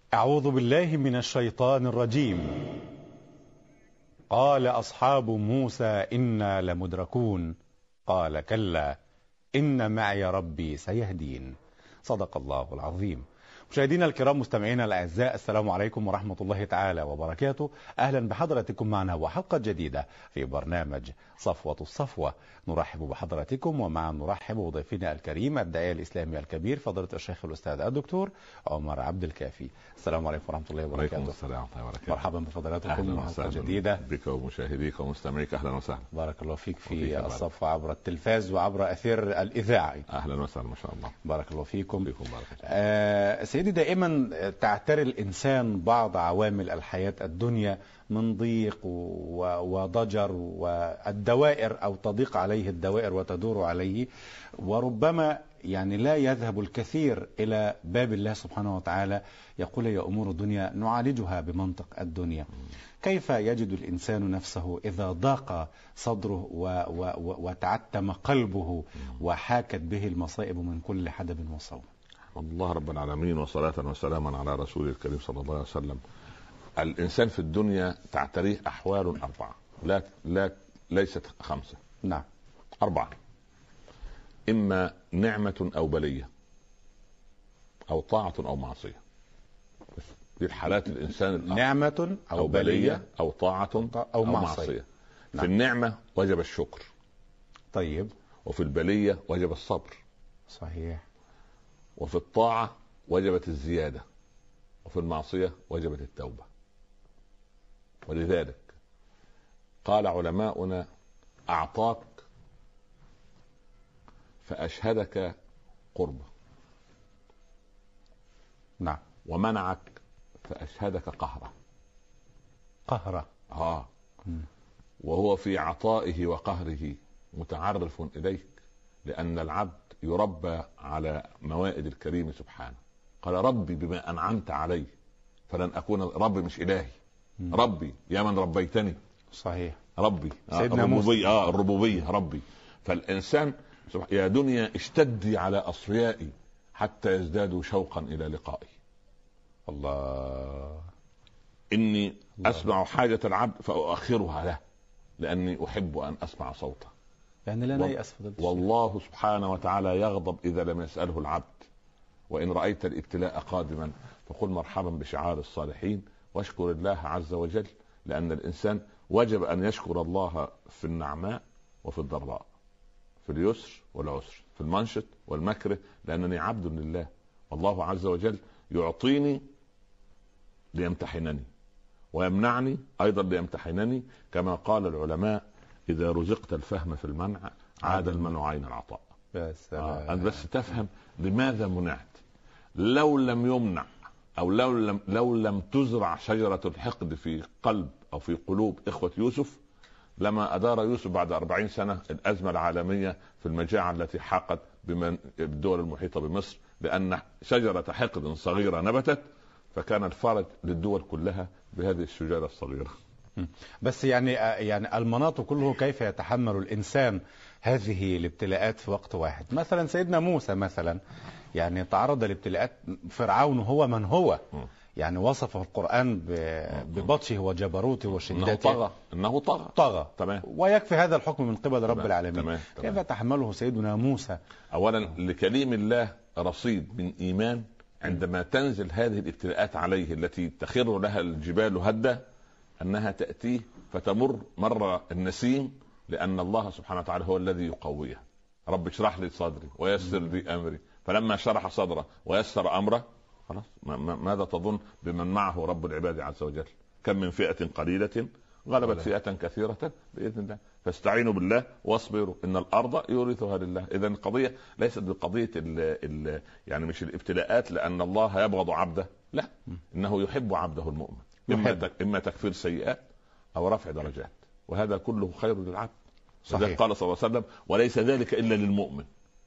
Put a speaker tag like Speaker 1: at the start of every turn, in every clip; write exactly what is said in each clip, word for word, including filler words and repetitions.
Speaker 1: أعوذ بالله من الشيطان الرجيم. قال أصحاب موسى إنا لمدركون قال كلا إن معي ربي سيهدين. صدق الله العظيم. مشاهدينا الكرام، مستمعينا الأعزاء، السلام عليكم ورحمة الله تعالى وبركاته. أهلا بحضراتكم معنا وحلقة جديدة في برنامج صفوة الصفوة. نرحب بحضراتكم ومع نرحب بضيفنا الكريم الداعية الإسلامي الكبير فضيلة الشيخ الأستاذ الدكتور عمر عبد الكافي. السلام عليكم ورحمة الله وبركاته.
Speaker 2: وعليكم السلام ورحمة الله وبركاته.
Speaker 1: مرحبا بفضلاتكم وحلقة جديدة
Speaker 2: بك ومشاهديك ومستمعيك. أهلا وسهلا.
Speaker 1: بارك الله فيك في الصفوة عبر التلفاز وعبر أثير الإذاعة.
Speaker 2: أهلا وسهلا ما شاء الله.
Speaker 1: بارك الله فيكم.
Speaker 2: فيكم بارك الله.
Speaker 1: آه سيدي، دائما تعتري الإنسان بعض عوامل الحياة الدنيا من ضيق وضجر، والدوائر أو تضيق عليه الدوائر وتدور عليه، وربما يعني لا يذهب الكثير إلى باب الله سبحانه وتعالى يقول يا أمور الدنيا نعالجها بمنطق الدنيا. كيف يجد الإنسان نفسه إذا ضاق صدره و و وتعتم قلبه وحاكت به المصائب من كل حدب وصوب؟
Speaker 2: الله رب العالمين، وصلاة وسلاما على رسول الكريم صلى الله عليه وسلم. الإنسان في الدنيا تعتريه أحوال أربعة، لا لا ليست خمسة.
Speaker 1: نعم،
Speaker 2: أربعة. إما نعمة أو بلية، أو طاعة أو معصية. دي الحالات الإنسان الأربعة.
Speaker 1: نعمة أو,
Speaker 2: أو
Speaker 1: بلية,
Speaker 2: بلية أو طاعة أو,
Speaker 1: أو
Speaker 2: معصية,
Speaker 1: معصية.
Speaker 2: نعم. في النعمة وجب الشكر.
Speaker 1: طيب.
Speaker 2: وفي البلية وجب الصبر.
Speaker 1: صحيح.
Speaker 2: وفي الطاعة وجبت الزيادة. وفي المعصية وجبت التوبة. ولذلك قال علماؤنا أعطاك فأشهدك قربه،
Speaker 1: نعم،
Speaker 2: ومنعك فأشهدك قهره.
Speaker 1: قهره.
Speaker 2: آه. وهو في عطائه وقهره متعرف إليك، لأن العبد يربى على موائد الكريم سبحانه. قال ربي بما أنعمت علي فلن أكون ربي، مش إلهي. م. ربي يا من ربيتني.
Speaker 1: صحيح.
Speaker 2: ربي
Speaker 1: سيدنا
Speaker 2: الربوبية. آه الربوبية ربي. فالإنسان يا دنيا اشتدي على أصفيائي حتى يزدادوا شوقا إلى لقائي.
Speaker 1: الله.
Speaker 2: إني الله. أسمع حاجة العبد فأؤخرها له، لأني أحب أن أسمع صوته.
Speaker 1: يعني لا نيأس.
Speaker 2: والله سبحانه وتعالى يغضب إذا لم يسأله العبد. وإن رأيت الابتلاء قادما فقل مرحبا بشعار الصالحين واشكر الله عز وجل، لأن الإنسان وجب أن يشكر الله في النعماء وفي الضراء، في اليسر والعسر، في المنشط والمكره، لأنني عبد لله. والله عز وجل يعطيني ليمتحنني، ويمنعني أيضا ليمتحنني، كما قال العلماء إذا رزقت الفهم في المنع عاد المنع عين العطاء.
Speaker 1: بس
Speaker 2: آه. أنت بس تفهم لماذا منعت. لو لم يمنع أو لو لم, لو لم تزرع شجرة الحقد في قلب أو في قلوب إخوة يوسف، لما أدار يوسف بعد أربعين سنة الأزمة العالمية في المجاعة التي حاقت بالدول المحيطة بمصر، لأن شجرة حقد صغيرة نبتت، فكان الفرج للدول كلها بهذه الشجرة الصغيرة.
Speaker 1: بس يعني يعني المناط كله كيف يتحمل الإنسان هذه الابتلاءات في وقت واحد؟ مثلا سيدنا موسى مثلا يعني تعرض لابتلاءات فرعون هو من هو، يعني وصفه القرآن ببطشه وجبروته وشدته.
Speaker 2: انه طغى انه طغى
Speaker 1: طغى
Speaker 2: تمام.
Speaker 1: ويكفي هذا الحكم من قبل رب
Speaker 2: تمام.
Speaker 1: العالمين.
Speaker 2: تمام.
Speaker 1: كيف
Speaker 2: تمام.
Speaker 1: تحمله سيدنا موسى؟
Speaker 2: اولا لكليم الله رصيد من ايمان، عندما تنزل هذه الابتلاءات عليه التي تخر لها الجبال هدة، انها تأتيه فتمر مر النسيم، لان الله سبحانه وتعالى هو الذي يقويه. رب اشرح لي صدري ويسر لي امري، فلما شرح صدره ويسر امره خلاص. ماذا تظن بمن معه رب العباد عز وجل؟ كم من فئة قليلة غلبت فئة كثيرة بإذن الله. فاستعينوا بالله واصبروا إن الأرض يورثها لله. إذا القضية ليست بقضية ال ال يعني مش الابتلاءات لأن الله يبغض عبده، لا، إنه يحب عبده المؤمن. إما, إما تكفير سيئات أو رفع درجات، وهذا كله خير للعبد. صحيح. قال صلى الله عليه وسلم وليس ذلك إلا للمؤمن.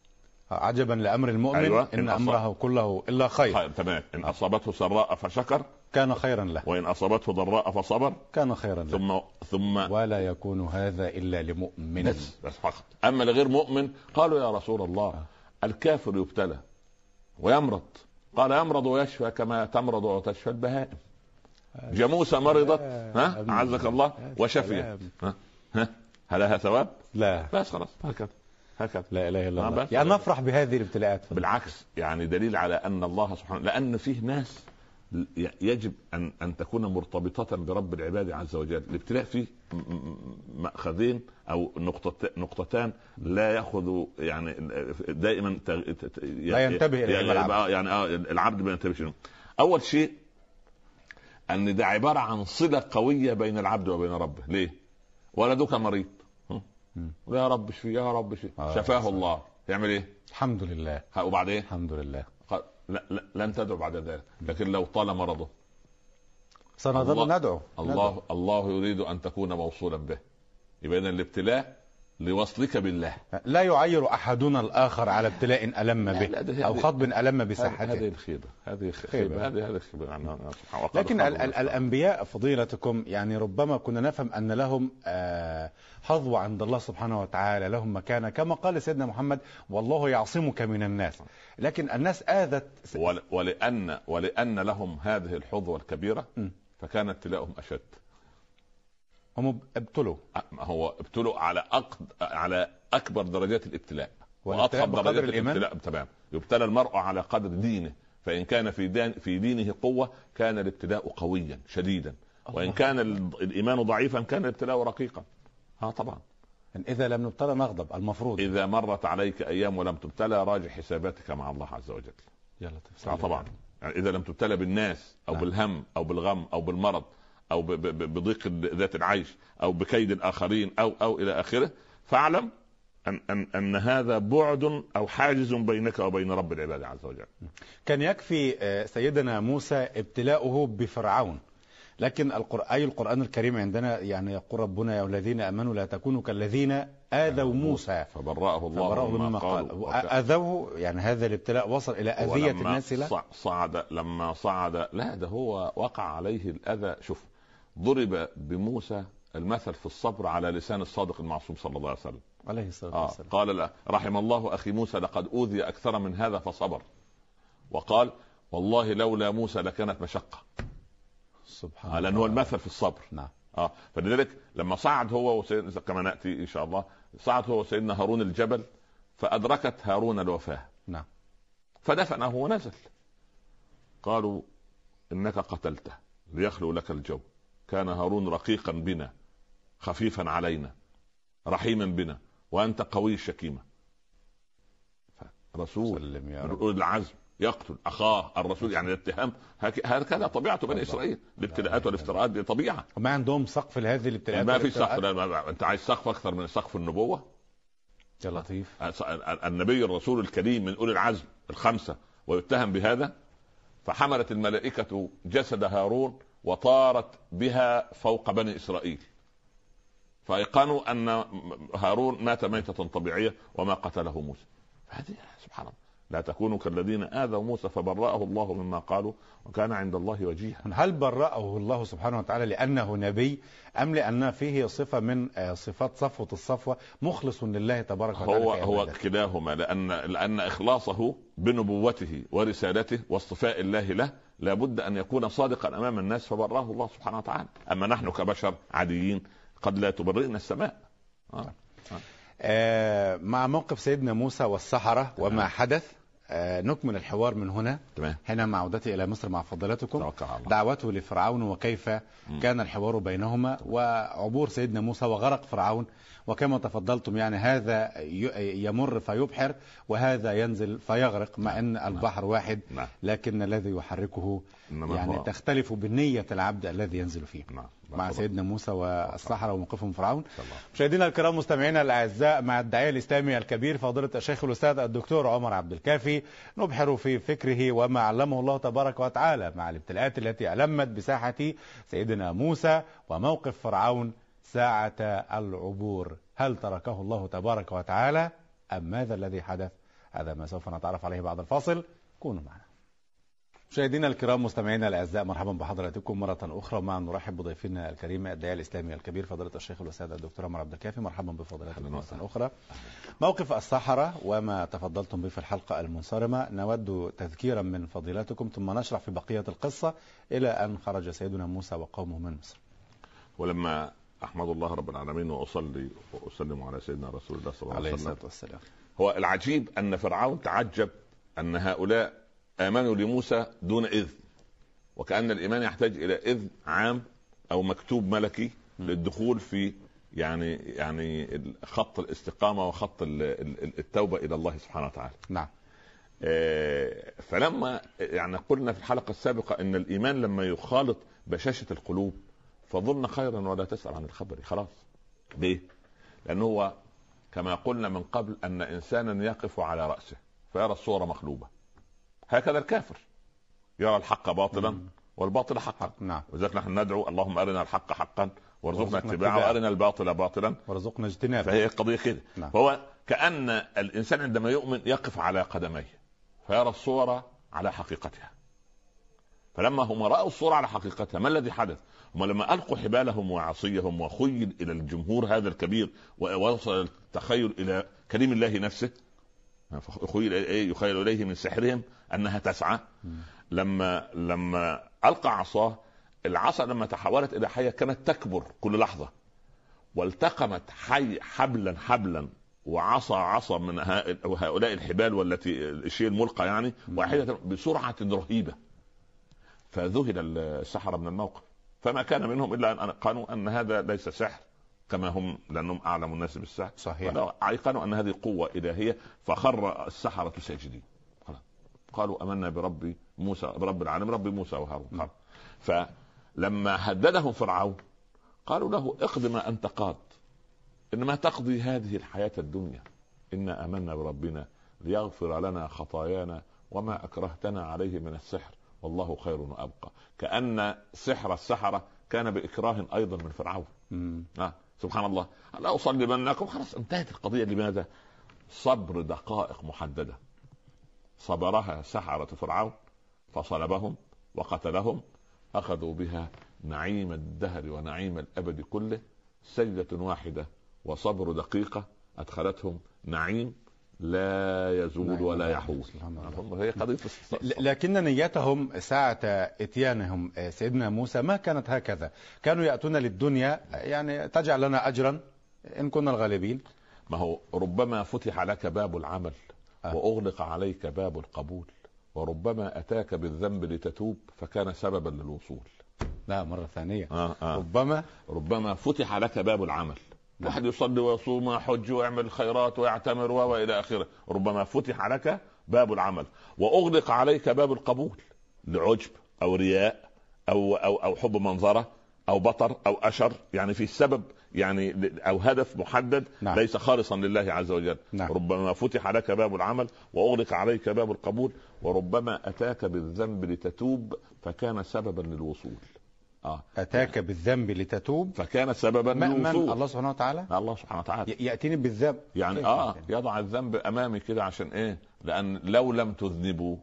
Speaker 1: عجبا لأمر المؤمن. أيوة. إن, إن أمره كله إلا خير.
Speaker 2: خير. تمام. إن أصابته سراء فشكر
Speaker 1: كان خيرا له،
Speaker 2: وإن أصابته ضراء فصبر
Speaker 1: كان خيرا له.
Speaker 2: ثم ثم
Speaker 1: ولا يكون هذا إلا لمؤمن
Speaker 2: بس, بس فقط. أما لغير مؤمن قالوا يا رسول الله الكافر يبتلى ويمرض قال يمرض ويشفى كما تمرض وتشفى البهائم. جاموسة مرضت ها عزك الله وشفيت، ها ها هل لها ثواب؟
Speaker 1: لا
Speaker 2: بس خلاص هكذا هكذا.
Speaker 1: لا اله الا الله. يعني نفرح بهذه الابتلاءات.
Speaker 2: بالعكس يعني دليل على ان الله سبحانه، لان فيه ناس يجب ان ان تكون مرتبطه برب العباد عز وجل. الابتلاء فيه مأخذين او نقطة نقطتان لا ياخذ يعني دائما
Speaker 1: لا ينتبه الى العبد.
Speaker 2: يعني اه العبد ما ينتبهش. اول شيء ان ده عباره عن صله قويه بين العبد وبين ربه. ليه؟ ولدك مريض، يا رب اشفي يا رب اشفي، آه شفاه الله، يعمل ايه؟
Speaker 1: الحمد لله.
Speaker 2: وبعدين
Speaker 1: الحمد لله
Speaker 2: لا لا لن تدعو بعد ذلك. لكن لو طال مرضه
Speaker 1: سنظل ندعو.
Speaker 2: الله
Speaker 1: ندعو.
Speaker 2: الله يريد ان تكون موصولا به. يبقى الابتلاء لوصلك بالله.
Speaker 1: لا يعير احدنا الاخر على ابتلاء الم به او خطب الم بساحته.
Speaker 2: هذه الخيبه هذه خيبه هذه هذه خيبه.
Speaker 1: لكن ال ال الانبياء فضيلتكم يعني ربما كنا نفهم ان لهم آه حظوة عند الله سبحانه وتعالى، لهم مكانه كما قال سيدنا محمد والله يعصمك من الناس. لكن الناس آذت
Speaker 2: ولان ولان لهم هذه الحظوة الكبيره فكان ابتلاؤهم اشد.
Speaker 1: هم ابتلوا،
Speaker 2: هو ابتلوا على أقد... على اكبر درجات الابتلاء
Speaker 1: واطهر درجات
Speaker 2: الابتلاء. تمام. يبتلى المرء على قدر دينه، فان كان في دين في دينه قوه كان الابتلاء قويا شديدا، وان كان الايمان ضعيفا كان الابتلاء رقيقا. ها طبعا.
Speaker 1: اذا لم نبتلى نغضب المفروض.
Speaker 2: اذا مرت عليك ايام ولم تبتلى راجع حساباتك مع الله عز وجل.
Speaker 1: يلا
Speaker 2: تفصيل. طبعا يعني اذا لم تبتلى بالناس او نعم. بالهم او بالغم او بالمرض او بضيق ذات العيش او بكيد الاخرين او او الى اخره، فاعلم ان ان ان هذا بعد او حاجز بينك وبين رب العباد عز وجل.
Speaker 1: كان يكفي سيدنا موسى ابتلاؤه بفرعون، لكن القرآن أي القرآن الكريم عندنا يعني يقول ربنا يا الذين آمنوا لا تكونوا كالذين آذوا موسى
Speaker 2: فبرأه الله مما
Speaker 1: قالوا. آذوه يعني هذا الابتلاء وصل إلى أذية الناس له.
Speaker 2: صعد لما صعد لا ده هو وقع عليه الأذى. شوف ضرب بموسى المثل في الصبر على لسان الصادق المعصوم صلى الله عليه وسلم
Speaker 1: عليه الصلاة والسلام.
Speaker 2: آه قال لا رحم الله أخي موسى لقد أوذي أكثر من هذا فصبر، وقال والله لولا موسى لكانت مشقة.
Speaker 1: سبحان الله.
Speaker 2: لأن هو المثل في الصبر.
Speaker 1: نعم.
Speaker 2: اه فلذلك لما صعد هو وسيدنا كما نأتي إن شاء الله، صعد هو وسيدنا هارون الجبل فأدركت هارون الوفاة.
Speaker 1: نعم.
Speaker 2: فدفنه ونزل. قالوا إنك قتلته ليخلو لك الجو، كان هارون رقيقا بنا خفيفا علينا رحيما بنا وأنت قوي الشكيمة. رسول العزم يقتل اخاه الرسول، يعني الاتهام هكذا طبيعه بني اسرائيل. الابتلاءات والافتراءات دي طبيعه.
Speaker 1: وما عندهم سقف لهذه الابتلاءات.
Speaker 2: ما في سقف. انت عايز سقف اكثر من سقف النبوه؟
Speaker 1: يا لطيف.
Speaker 2: النبي الرسول الكريم من اولي العزم الخمسه ويتهم بهذا. فحملت الملائكه جسد هارون وطارت بها فوق بني اسرائيل، فايقنوا ان هارون مات ميته طبيعيه وما قتله موسى. هذه سبحان الله. لا تكونوا كالذين آذوا موسى فبرأه الله مما قالوا وكان عند الله وجيها.
Speaker 1: هل برأه الله سبحانه وتعالى لأنه نبي أم لأن فيه صفة من صفات صفوة الصفوة مخلص لله تبارك وتعالى؟
Speaker 2: هو هو كلاهما، لأن لأن إخلاصه بنبوته ورسالته واصطفاء الله له لابد أن يكون صادقا أمام الناس فبرأه الله سبحانه وتعالى. أما نحن كبشر عاديين قد لا تبرئنا السماء. آه.
Speaker 1: آه مع موقف سيدنا موسى والسحرة وما حدث آه نكمل الحوار من هنا.
Speaker 2: تمام.
Speaker 1: حين مع عودتي إلى مصر مع فضيلتكم دعوته لفرعون وكيف م. كان الحوار بينهما وعبور سيدنا موسى وغرق فرعون، وكما تفضلتم يعني هذا يمر فيبحر وهذا ينزل فيغرق، مع أن البحر واحد لكن الذي يحركه يعني تختلف بالنية العبد الذي ينزل فيه. مع سيدنا موسى والسحرة وموقفهم فرعون. مشاهدينا الكرام مستمعينا الاعزاء، مع الداعية الاسلامي الكبير فضيلة الشيخ الاستاذ الدكتور عمر عبد الكافي نبحر في فكره وما علمه الله تبارك وتعالى مع الابتلاءات التي ألمت بساحة سيدنا موسى وموقف فرعون ساعة العبور. هل تركه الله تبارك وتعالى أم ماذا الذي حدث؟ هذا ما سوف نتعرف عليه بعد الفاصل. كونوا معنا. مشاهدينا الكرام، مستمعينا الاعزاء، مرحبا بحضراتكم مره اخرى. معا نرحب بضيفنا الكريم الداعيه الاسلامي الكبير فضيله الشيخ الاستاذ الدكتور عمر عبد الكافي. مرحبا بفضيلتكم مره اخرى. موقف السحره وما تفضلتم به في الحلقه المنصرمه نود تذكيرا من فضيلتكم ثم نشرح في بقيه القصه الى ان خرج سيدنا موسى وقومه من مصر.
Speaker 2: ولما احمد الله رب العالمين واصلي واسلم على سيدنا رسول الله صلى الله عليه وسلم،
Speaker 1: والسلام.
Speaker 2: هو العجيب ان فرعون تعجب ان هؤلاء امنوا لموسى دون اذن، وكأن الإيمان يحتاج إلى إذن عام أو مكتوب ملكي للدخول في يعني يعني خط الاستقامة وخط التوبة إلى الله سبحانه وتعالى.
Speaker 1: نعم.
Speaker 2: فلما يعني قلنا في الحلقة السابقة أن الإيمان لما يخالط بشاشة القلوب فظن خيرا ولا تسأل عن الخبر. خلاص. ليه؟ لأنه هو كما قلنا من قبل أن إنسانا يقف على رأسه فيرى الصورة مقلوبة. هكذا الكافر يرى الحق باطلا والباطل حقا.
Speaker 1: نعم.
Speaker 2: وذلك نحن ندعو اللهم أرنا الحق حقا وارزقنا اتباعه وأرنا الباطل باطلا
Speaker 1: وارزقنا اجتنابه.
Speaker 2: فهي قضية كده.
Speaker 1: نعم.
Speaker 2: فهو كأن الإنسان عندما يؤمن يقف على قدميه فيرى الصورة على حقيقتها. فلما هم رأوا الصورة على حقيقتها ما الذي حدث؟ هم لما ألقوا حبالهم وعصيهم وخيل إلى الجمهور هذا الكبير ووصل التخيل إلى كريم الله نفسه، يخيل إليه من سحرهم أنها تسعى. لما لما ألقى عصاه، العصا لما تحولت إلى حية كانت تكبر كل لحظة، والتقمت حي حبلا حبلا وعصا عصا من هؤلاء الحبال والتي الشيء الملقى يعني واحدة بسرعة رهيبة. فذهل السحرة من الموقف، فما كان منهم إلا أن قالوا أن هذا ليس سحر كما هم لأنهم أعلم الناس بالسحر.
Speaker 1: صحيح.
Speaker 2: أيقنوا أن هذه قوة إلهية فخر السحرة ساجدين. قالوا أمنا برب موسى برب العالمين رب موسى وهارون. فلما هددهم فرعون قالوا له اقض ما أنت قاض، إنما تقضي هذه الحياة الدنيا، إنا آمنا بربنا ليغفر لنا خطايانا وما أكرهتنا عليه من السحر والله خير وأبقى. كأن سحر السحرة كان بإكراه أيضا من فرعون. آه. سبحان الله. لا أصلي بينكم، خلاص انتهت القضية. لماذا؟ صبر دقائق محددة صبرها سحرة فرعون فصلبهم وقتلهم، أخذوا بها نعيم الدهر ونعيم الأبد كله. سجدة واحدة وصبر دقيقة أدخلتهم نعيم لا يزول ولا يحول. هي قضية.
Speaker 1: لكن نيتهم ساعة اتيانهم سيدنا موسى ما كانت هكذا، كانوا يأتون للدنيا يعني تجعل لنا أجرا إن كنا الغالبين.
Speaker 2: ما هو ربما فتح لك باب العمل آه. وأغلق عليك باب القبول، وربما أتاك بالذنب لتتوب فكان سببا للوصول.
Speaker 1: لا مرة ثانية.
Speaker 2: آه آه.
Speaker 1: ربما
Speaker 2: ربما فتح لك باب العمل. نعم. واحد يصلي ويصوم ويحج ويعمل الخيرات ويعتمر والى اخره، ربما فتح لك باب العمل واغلق عليك باب القبول لعجب او رياء او او او حب منظره او بطر او اشر، يعني في سبب يعني او هدف محدد. نعم. ليس خالصا لله عز وجل.
Speaker 1: نعم.
Speaker 2: ربما فتح لك باب العمل واغلق عليك باب القبول، وربما اتاك بالذنب لتتوب فكان سببا للوصول.
Speaker 1: آه. أتاك بالذنب لتتوب
Speaker 2: فكان سببا للوصول.
Speaker 1: الله سبحانه وتعالى.
Speaker 2: الله سبحانه وتعالى
Speaker 1: يأتيني بالذنب
Speaker 2: يعني اه يضع الذنب أمامي كده عشان إيه؟ لأن لو لم تذنبوا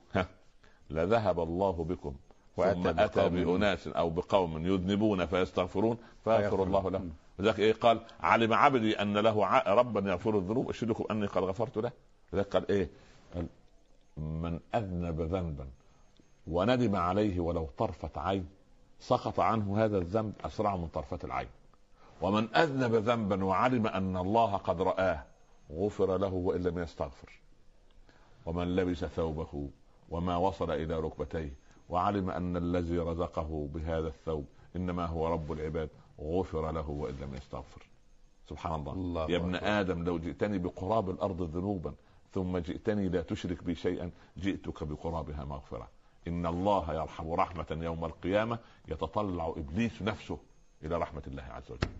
Speaker 2: لذهب الله بكم ثم أتى بأناس أو بقوم يذنبون فيستغفرون فيغفر الله لهم. وذلك إيه قال؟ علم عبدي أن له ربا يغفر الذنوب أشهدكم أني قد غفرت له. وذلك قال إيه؟ قال من أذنب ذنبا وندم عليه ولو طرفة عين سقط عنه هذا الذنب أسرع من طرفة العين. ومن أذنب ذنبا وعلم أن الله قد رآه غفر له وإن لم يستغفر. ومن لبس ثوبه وما وصل إلى ركبتيه وعلم أن الذي رزقه بهذا الثوب إنما هو رب العباد غفر له وإن لم يستغفر. سبحان الله, الله يا ابن آدم لو جئتني بقراب الأرض ذنوبا ثم جئتني لا تشرك بي شيئا جئتك بقرابها مغفرة. إن الله يرحم رحمة يوم القيامة يتطلع إبليس نفسه إلى رحمة الله عز وجل.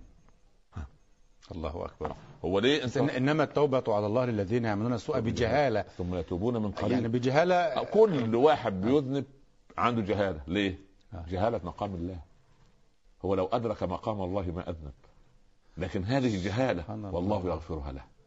Speaker 1: الله أكبر.
Speaker 2: هو ليه أنت...
Speaker 1: إنما التوبة على الله للذين يعملون السوء بجهالة
Speaker 2: ثم يتوبون من قريب.
Speaker 1: يعني بجهالة.
Speaker 2: كل واحد بيذنب عنده جهالة. ليه؟ جهالة مقام الله. هو لو أدرك مقام الله ما أذنب، لكن هذه جهالة والله يغفرها له.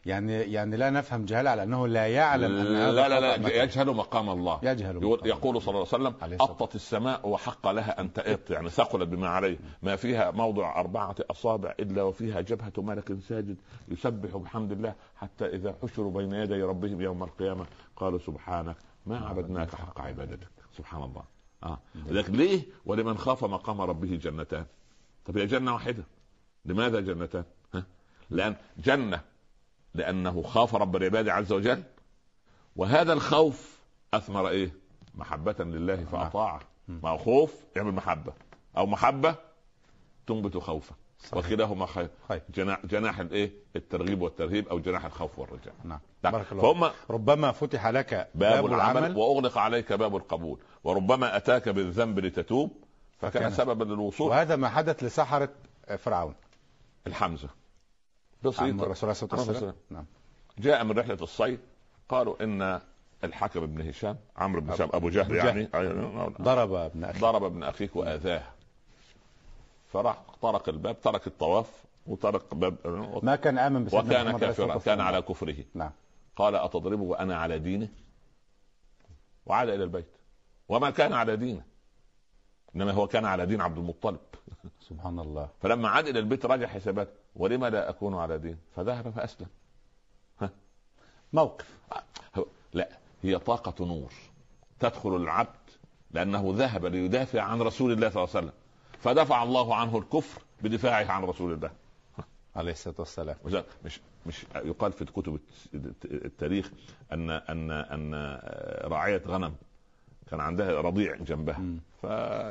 Speaker 1: يعني يعني لا نفهم جهالة على أنه لا يعلم أن هذا
Speaker 2: لا لا لا
Speaker 1: خطأ.
Speaker 2: يجهل مقام الله.
Speaker 1: يجهل
Speaker 2: يقول,
Speaker 1: مقام
Speaker 2: يقول صلى الله عليه وسلم أطت السماء وحق لها أن تئط، يعني ثقلت بما عليه، ما فيها موضع أربعة أصابع إلا وفيها جبهة ملك ساجد يسبح بحمد الله، حتى إذا حشروا بين يدي ربهم يوم القيامة قالوا سبحانك ما عبدناك حق عبادتك. سبحان الله. آه. لكن ليه؟ ولمن خاف مقام ربه جنتان. طب هي جنة واحدة، لماذا جنتان؟ ها؟ لأن جنة لأنه خاف رب العباد عز وجل، وهذا الخوف أثمر إيه؟ محبة لله فأطاعه. مع خوف يعمل محبة، أو محبة تنبت خوفا، وكلاهما خير. جناح جناح الايه؟ الترغيب والترهيب، او جناح الخوف والرجاء.
Speaker 1: نعم.
Speaker 2: فهم
Speaker 1: ربما فتح لك
Speaker 2: باب,
Speaker 1: باب
Speaker 2: العمل,
Speaker 1: العمل
Speaker 2: واغلق عليك باب القبول، وربما اتاك بالذنب لتتوب فكان, فكان سببا للوصول.
Speaker 1: وهذا ما حدث لسحرة فرعون.
Speaker 2: الحمزة بسيطة.
Speaker 1: الرسول صلى الله عليه وسلم نعم.
Speaker 2: جاء من رحلة الصيد، قالوا ان الحكم بن هشام عمرو بن هشام ابو جهل يعني
Speaker 1: ضرب ابن اخيك
Speaker 2: ضرب ابن اخيك واذاه، فراح طرق الباب، ترك الطواف وطرق باب،
Speaker 1: ما كان آمن بسيدنا
Speaker 2: وكان كافرا، كان على كفره.
Speaker 1: نعم.
Speaker 2: قال أتضربه وأنا على دينه؟ وعاد إلى البيت وما كان على دينه، إنما هو كان على دين عبد المطلب.
Speaker 1: سبحان الله.
Speaker 2: فلما عاد إلى البيت راجع حسابات، ولما لا أكون على دين؟ فذهب فأسلم. ها؟
Speaker 1: موقف.
Speaker 2: لا، هي طاقة نور تدخل العبد، لأنه ذهب ليدافع عن رسول الله صلى الله عليه وسلم، فدفع الله عنه الكفر بدفاعه عن رسول الله
Speaker 1: عليه الصلاة والسلام.
Speaker 2: مش مش يقال في كتب التاريخ ان ان ان راعية غنم كان عندها رضيع جنبها، ف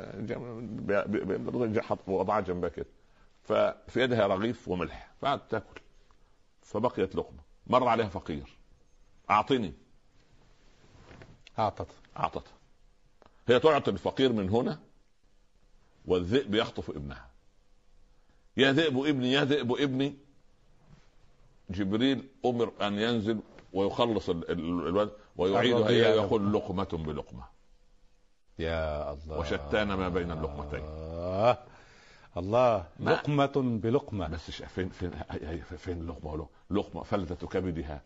Speaker 2: وضعها جنبها كده، ففي يدها رغيف وملح، فقعدت تاكل، فبقيت لقمة، مر عليها فقير، اعطني،
Speaker 1: اعطت
Speaker 2: اعطت هي تعطي الفقير من هنا، والذئب يخطف ابنها. يا ذئب ابني يا ذئب ابني. جبريل امر ان ينزل ويخلص الولد ويعيدها اليه، يقول لقمة بلقمة.
Speaker 1: يا الله.
Speaker 2: وشتان ما بين اللقمتين.
Speaker 1: آه. الله. لقمة بلقمة.
Speaker 2: بس فين فين فين اللقمة؟ لقمة فلتة كبدها.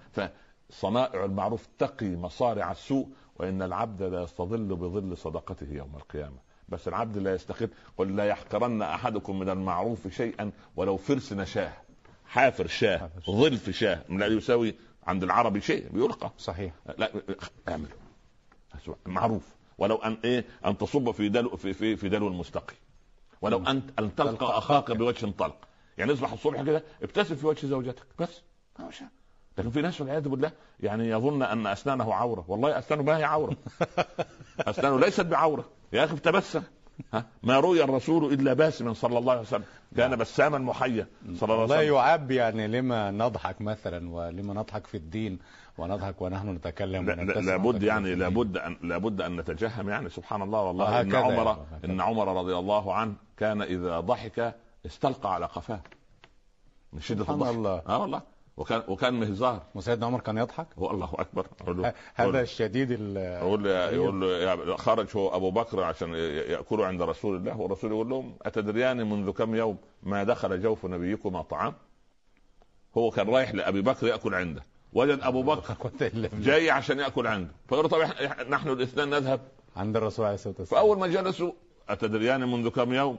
Speaker 2: فصنائع المعروف تقي مصارع السوء، وان العبد لا يستظل بظل صدقته يوم القيامة. بس العبد لا يستخف. قل لا يحقرن احدكم من المعروف شيئا ولو فرس نشاه. حافر شاه، ظلف شاه لا يساوي عند العربي شيء، بيلقى.
Speaker 1: صحيح.
Speaker 2: لا اعمل معروف، ولو ان ايه ان تصب في دلو في في, في دلو المستقي، ولو ان ان تلقى اخاك بوجه طلق. يعني اصبح الصبح كده ابتسم في وجه زوجتك بس. لكن في ناس والعياذ بالله يعني يظن ان اسنانه عوره، والله اسنانه ما هي عوره. اسنانه ليست بعوره يا اخي، تبسم. ها؟ ما رؤي الرسول الا باسما صلى الله عليه وسلم، كان بساما محيا صلى الله عليه وسلم.
Speaker 1: لا يعاب يعني لما نضحك مثلا، ولما نضحك في الدين ونضحك ونحن نتكلم.
Speaker 2: لا لابد يعني لابد ان لابد ان نتجهم يعني. سبحان الله والله. ان عمر يعني. ان عمر رضي الله عنه كان اذا ضحك استلقى على قفاه من شده الضحك. الله. اه والله. وكان وكان مهزار.
Speaker 1: وسيدنا عمر كان يضحك.
Speaker 2: هو الله اكبر.
Speaker 1: هذا الشديد.
Speaker 2: يقول يقول له خرج هو ابو بكر عشان ياكلوا عند رسول الله، والرسول يقول لهم اتدريان منذ كم يوم ما دخل جوف نبيكما طعام. هو كان رايح لابي بكر ياكل عنده، وجد ابو بكر جاي عشان ياكل عنده، فقال طب نحن الاثنين نذهب
Speaker 1: عند الرسول عليه الصلاه والسلام.
Speaker 2: فاول ما جلسوا اتدريان منذ كم يوم،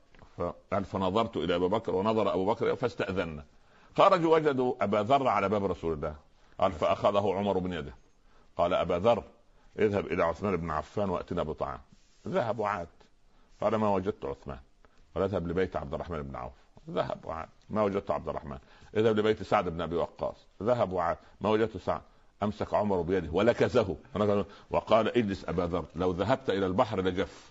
Speaker 2: قال فنظرت الى ابي بكر ونظر ابو بكر فاستاذنا. خرجوا وجدوا أبا ذر على باب رسول الله. قال فأخذه عمر بن يده، قال أبا ذر اذهب إلى عثمان بن عفان وأتنا بطعام. ذهب وعاد، قال ما وجدت عثمان. قال اذهب لبيت عبد الرحمن بن عوف. ذهب وعاد، ما وجدت عبد الرحمن. اذهب لبيت سعد بن أبي وقاص. ذهب وعاد، ما وجدت سعد. أمسك عمر بيده ولكزه وقال اجلس أبا ذر، لو ذهبت إلى البحر لجف.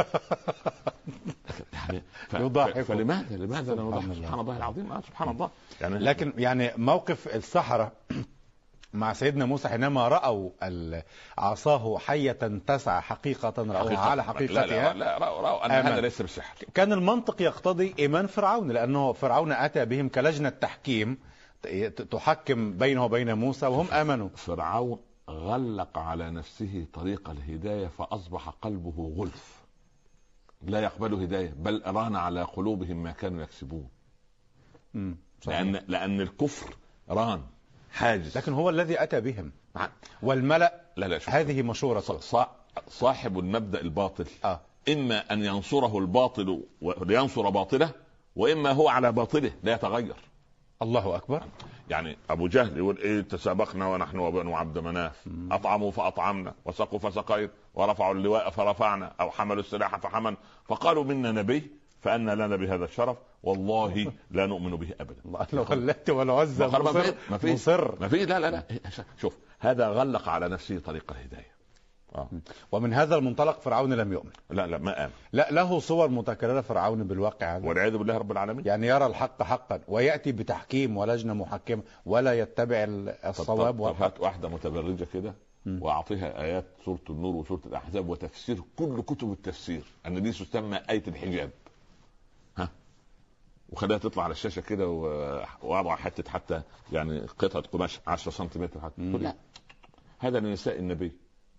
Speaker 2: يعني ف... فلماذا لماذا لا نضحك؟ سبحان الله العظيم. آه سبحان الله يعني.
Speaker 1: لكن يعني موقف السحرة مع سيدنا موسى حينما رأوا عصاه حية تسعى حقيقة، رأوها على حقيقتها.
Speaker 2: لا لا, لا رأوا أن هذا ليس بسحر.
Speaker 1: كان المنطق يقتضي إيمان فرعون، لأنه فرعون أتى بهم كلجنة تحكيم تحكم بينه وبين موسى وهم آمنوا.
Speaker 2: فرعون غلق على نفسه طريق الهداية فأصبح قلبه غلف لا يقبل هداية، بل ران على قلوبهم ما كانوا يكسبون. لأن لأن الكفر ران حاجز،
Speaker 1: لكن هو الذي أتى بهم والملأ.
Speaker 2: لا لا
Speaker 1: هذه مشورة
Speaker 2: صاحب المبدأ الباطل
Speaker 1: آه.
Speaker 2: إما أن ينصره الباطل ولينصر باطله، وإما هو على باطله لا يتغير.
Speaker 1: الله أكبر.
Speaker 2: يعني أبو جهل يقول إيه تسابقنا ونحن وبنو عبد مناف، أطعموا فأطعمنا وسقوا فسقينا ورفعوا اللواء فرفعنا أو حملوا السلاح فحمل فقالوا منا نبي فأنا لنا بهذا الشرف والله لا نؤمن به أبدا.
Speaker 1: لو خلت والعزة مصر
Speaker 2: ما في
Speaker 1: مصر
Speaker 2: ما في لا لا لا شوف هذا غلق على نفسه طريق الهداية.
Speaker 1: آه. ومن هذا المنطلق فرعون لم يؤمن.
Speaker 2: لا لا ما آمن.
Speaker 1: لا له صور متكررة فرعون بالواقع هذا
Speaker 2: والعياذ بالله رب العالمين.
Speaker 1: يعني يرى الحق حقا ويأتي بتحكيم ولجنة محكمة ولا يتبع الصواب.
Speaker 2: هات واحدة متبرجة كده وأعطيها آيات سورة النور وسورة الأحزاب وتفسير كل كتب التفسير أن دي تسمى آية الحجاب، ها، وخليها تطلع على الشاشة كده وأضع حتة حتى يعني قطعة قماش عشرة سنتيمتر حتى. لا، هذا لنساء النبي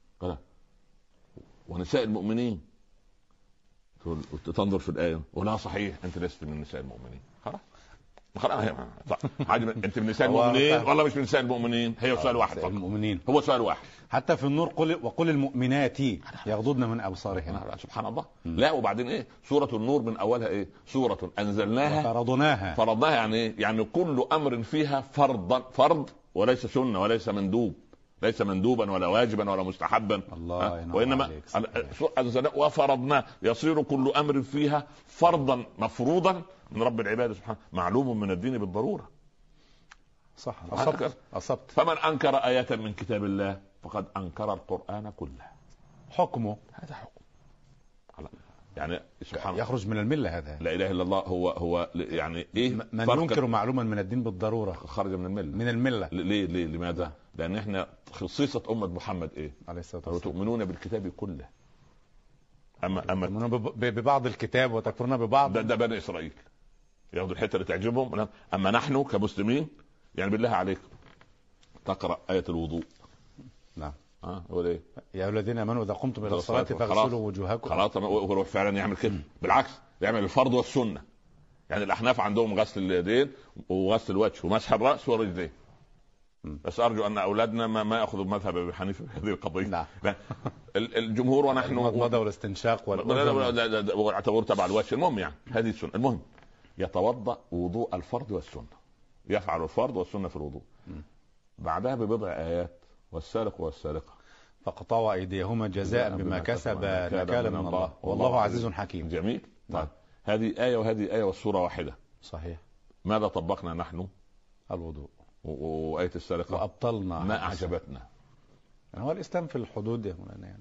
Speaker 2: ونساء المؤمنين. تنظر في الآية ولا صحيح أنت لست من نساء المؤمنين. خلاص خلاص أنت من نساء المؤمنين والله مش من نساء المؤمنين. هي سؤال واحد فقط.
Speaker 1: المؤمنين
Speaker 2: هو سؤال واحد.
Speaker 1: حتى في النور قل وقل المؤمنات يغضضن من أبصارهن.
Speaker 2: سبحان الله. لا وبعدين إيه سورة النور من أولها إيه سورة أنزلناها
Speaker 1: فرضناها.
Speaker 2: فرضناها يعني إيه يعني كل أمر فيها فرض فرض وليس سنة وليس مندوب، ليس مندوبا ولا واجبا ولا مستحبا.
Speaker 1: الله
Speaker 2: وانما انزلنا وفرضنا يصير كل امر فيها فرضا مفروضا من رب العباد سبحانه معلوم من الدين بالضروره.
Speaker 1: صح أصبت. أصبت.
Speaker 2: فمن انكر ايه من كتاب الله فقد انكر القران كله.
Speaker 1: حكمه
Speaker 2: هذا حكم يعني سبحان
Speaker 1: يخرج من المله. هذا
Speaker 2: لا اله الا الله. هو هو يعني ايه
Speaker 1: من ينكر معلوما من الدين بالضروره
Speaker 2: خرج من المله.
Speaker 1: من المله
Speaker 2: ليه ليه لماذا؟ لان احنا خصيصه امه محمد ايه
Speaker 1: عليه الصلاه والسلام
Speaker 2: وتؤمنون بالكتاب كله. اما اما
Speaker 1: ببعض الكتاب وتكفرون ببعض.
Speaker 2: ده, ده بني اسرائيل ياخذوا الحته اللي تعجبهم. اما نحن كمسلمين يعني بالله عليكم تقرا ايه الوضوء.
Speaker 1: نعم.
Speaker 2: اه هو ايه
Speaker 1: يا ايها الذين امنوا اذا قمتم الى الصلاه فاغسلوا وجوهكم.
Speaker 2: خلاص هو فعلا يعمل كده. بالعكس يعمل الفرض والسنه. يعني الاحناف عندهم غسل اليدين وغسل الوجه ومسح الراس والرجلين. بس ارجو ان اولادنا ما, ما ياخذوا مذهب ابي حنيفه في هذه القضيه.
Speaker 1: لا.
Speaker 2: الجمهور ونحن
Speaker 1: المضمضه والاستنشاق
Speaker 2: والاعتبار تبع الوجه. المهم يعني هذه السنه. المهم يتوضا وضوء الفرض والسنه، يفعل الفرض والسنه في الوضوء. بعدها ببضع ايات والسارق والسارقه
Speaker 1: فقطعوا ايديهما جزاء بما كسب نكالا من الله والله عزيز حكيم.
Speaker 2: جميل. طيب هذه ايه وهذه ايه والسوره واحده.
Speaker 1: صحيح.
Speaker 2: ماذا طبقنا نحن؟
Speaker 1: الوضوء
Speaker 2: وآية السرقة
Speaker 1: وأبطلنا
Speaker 2: ما أعجبتنا.
Speaker 1: يعني هو الإسلام في الحدود يا مولانا يعني.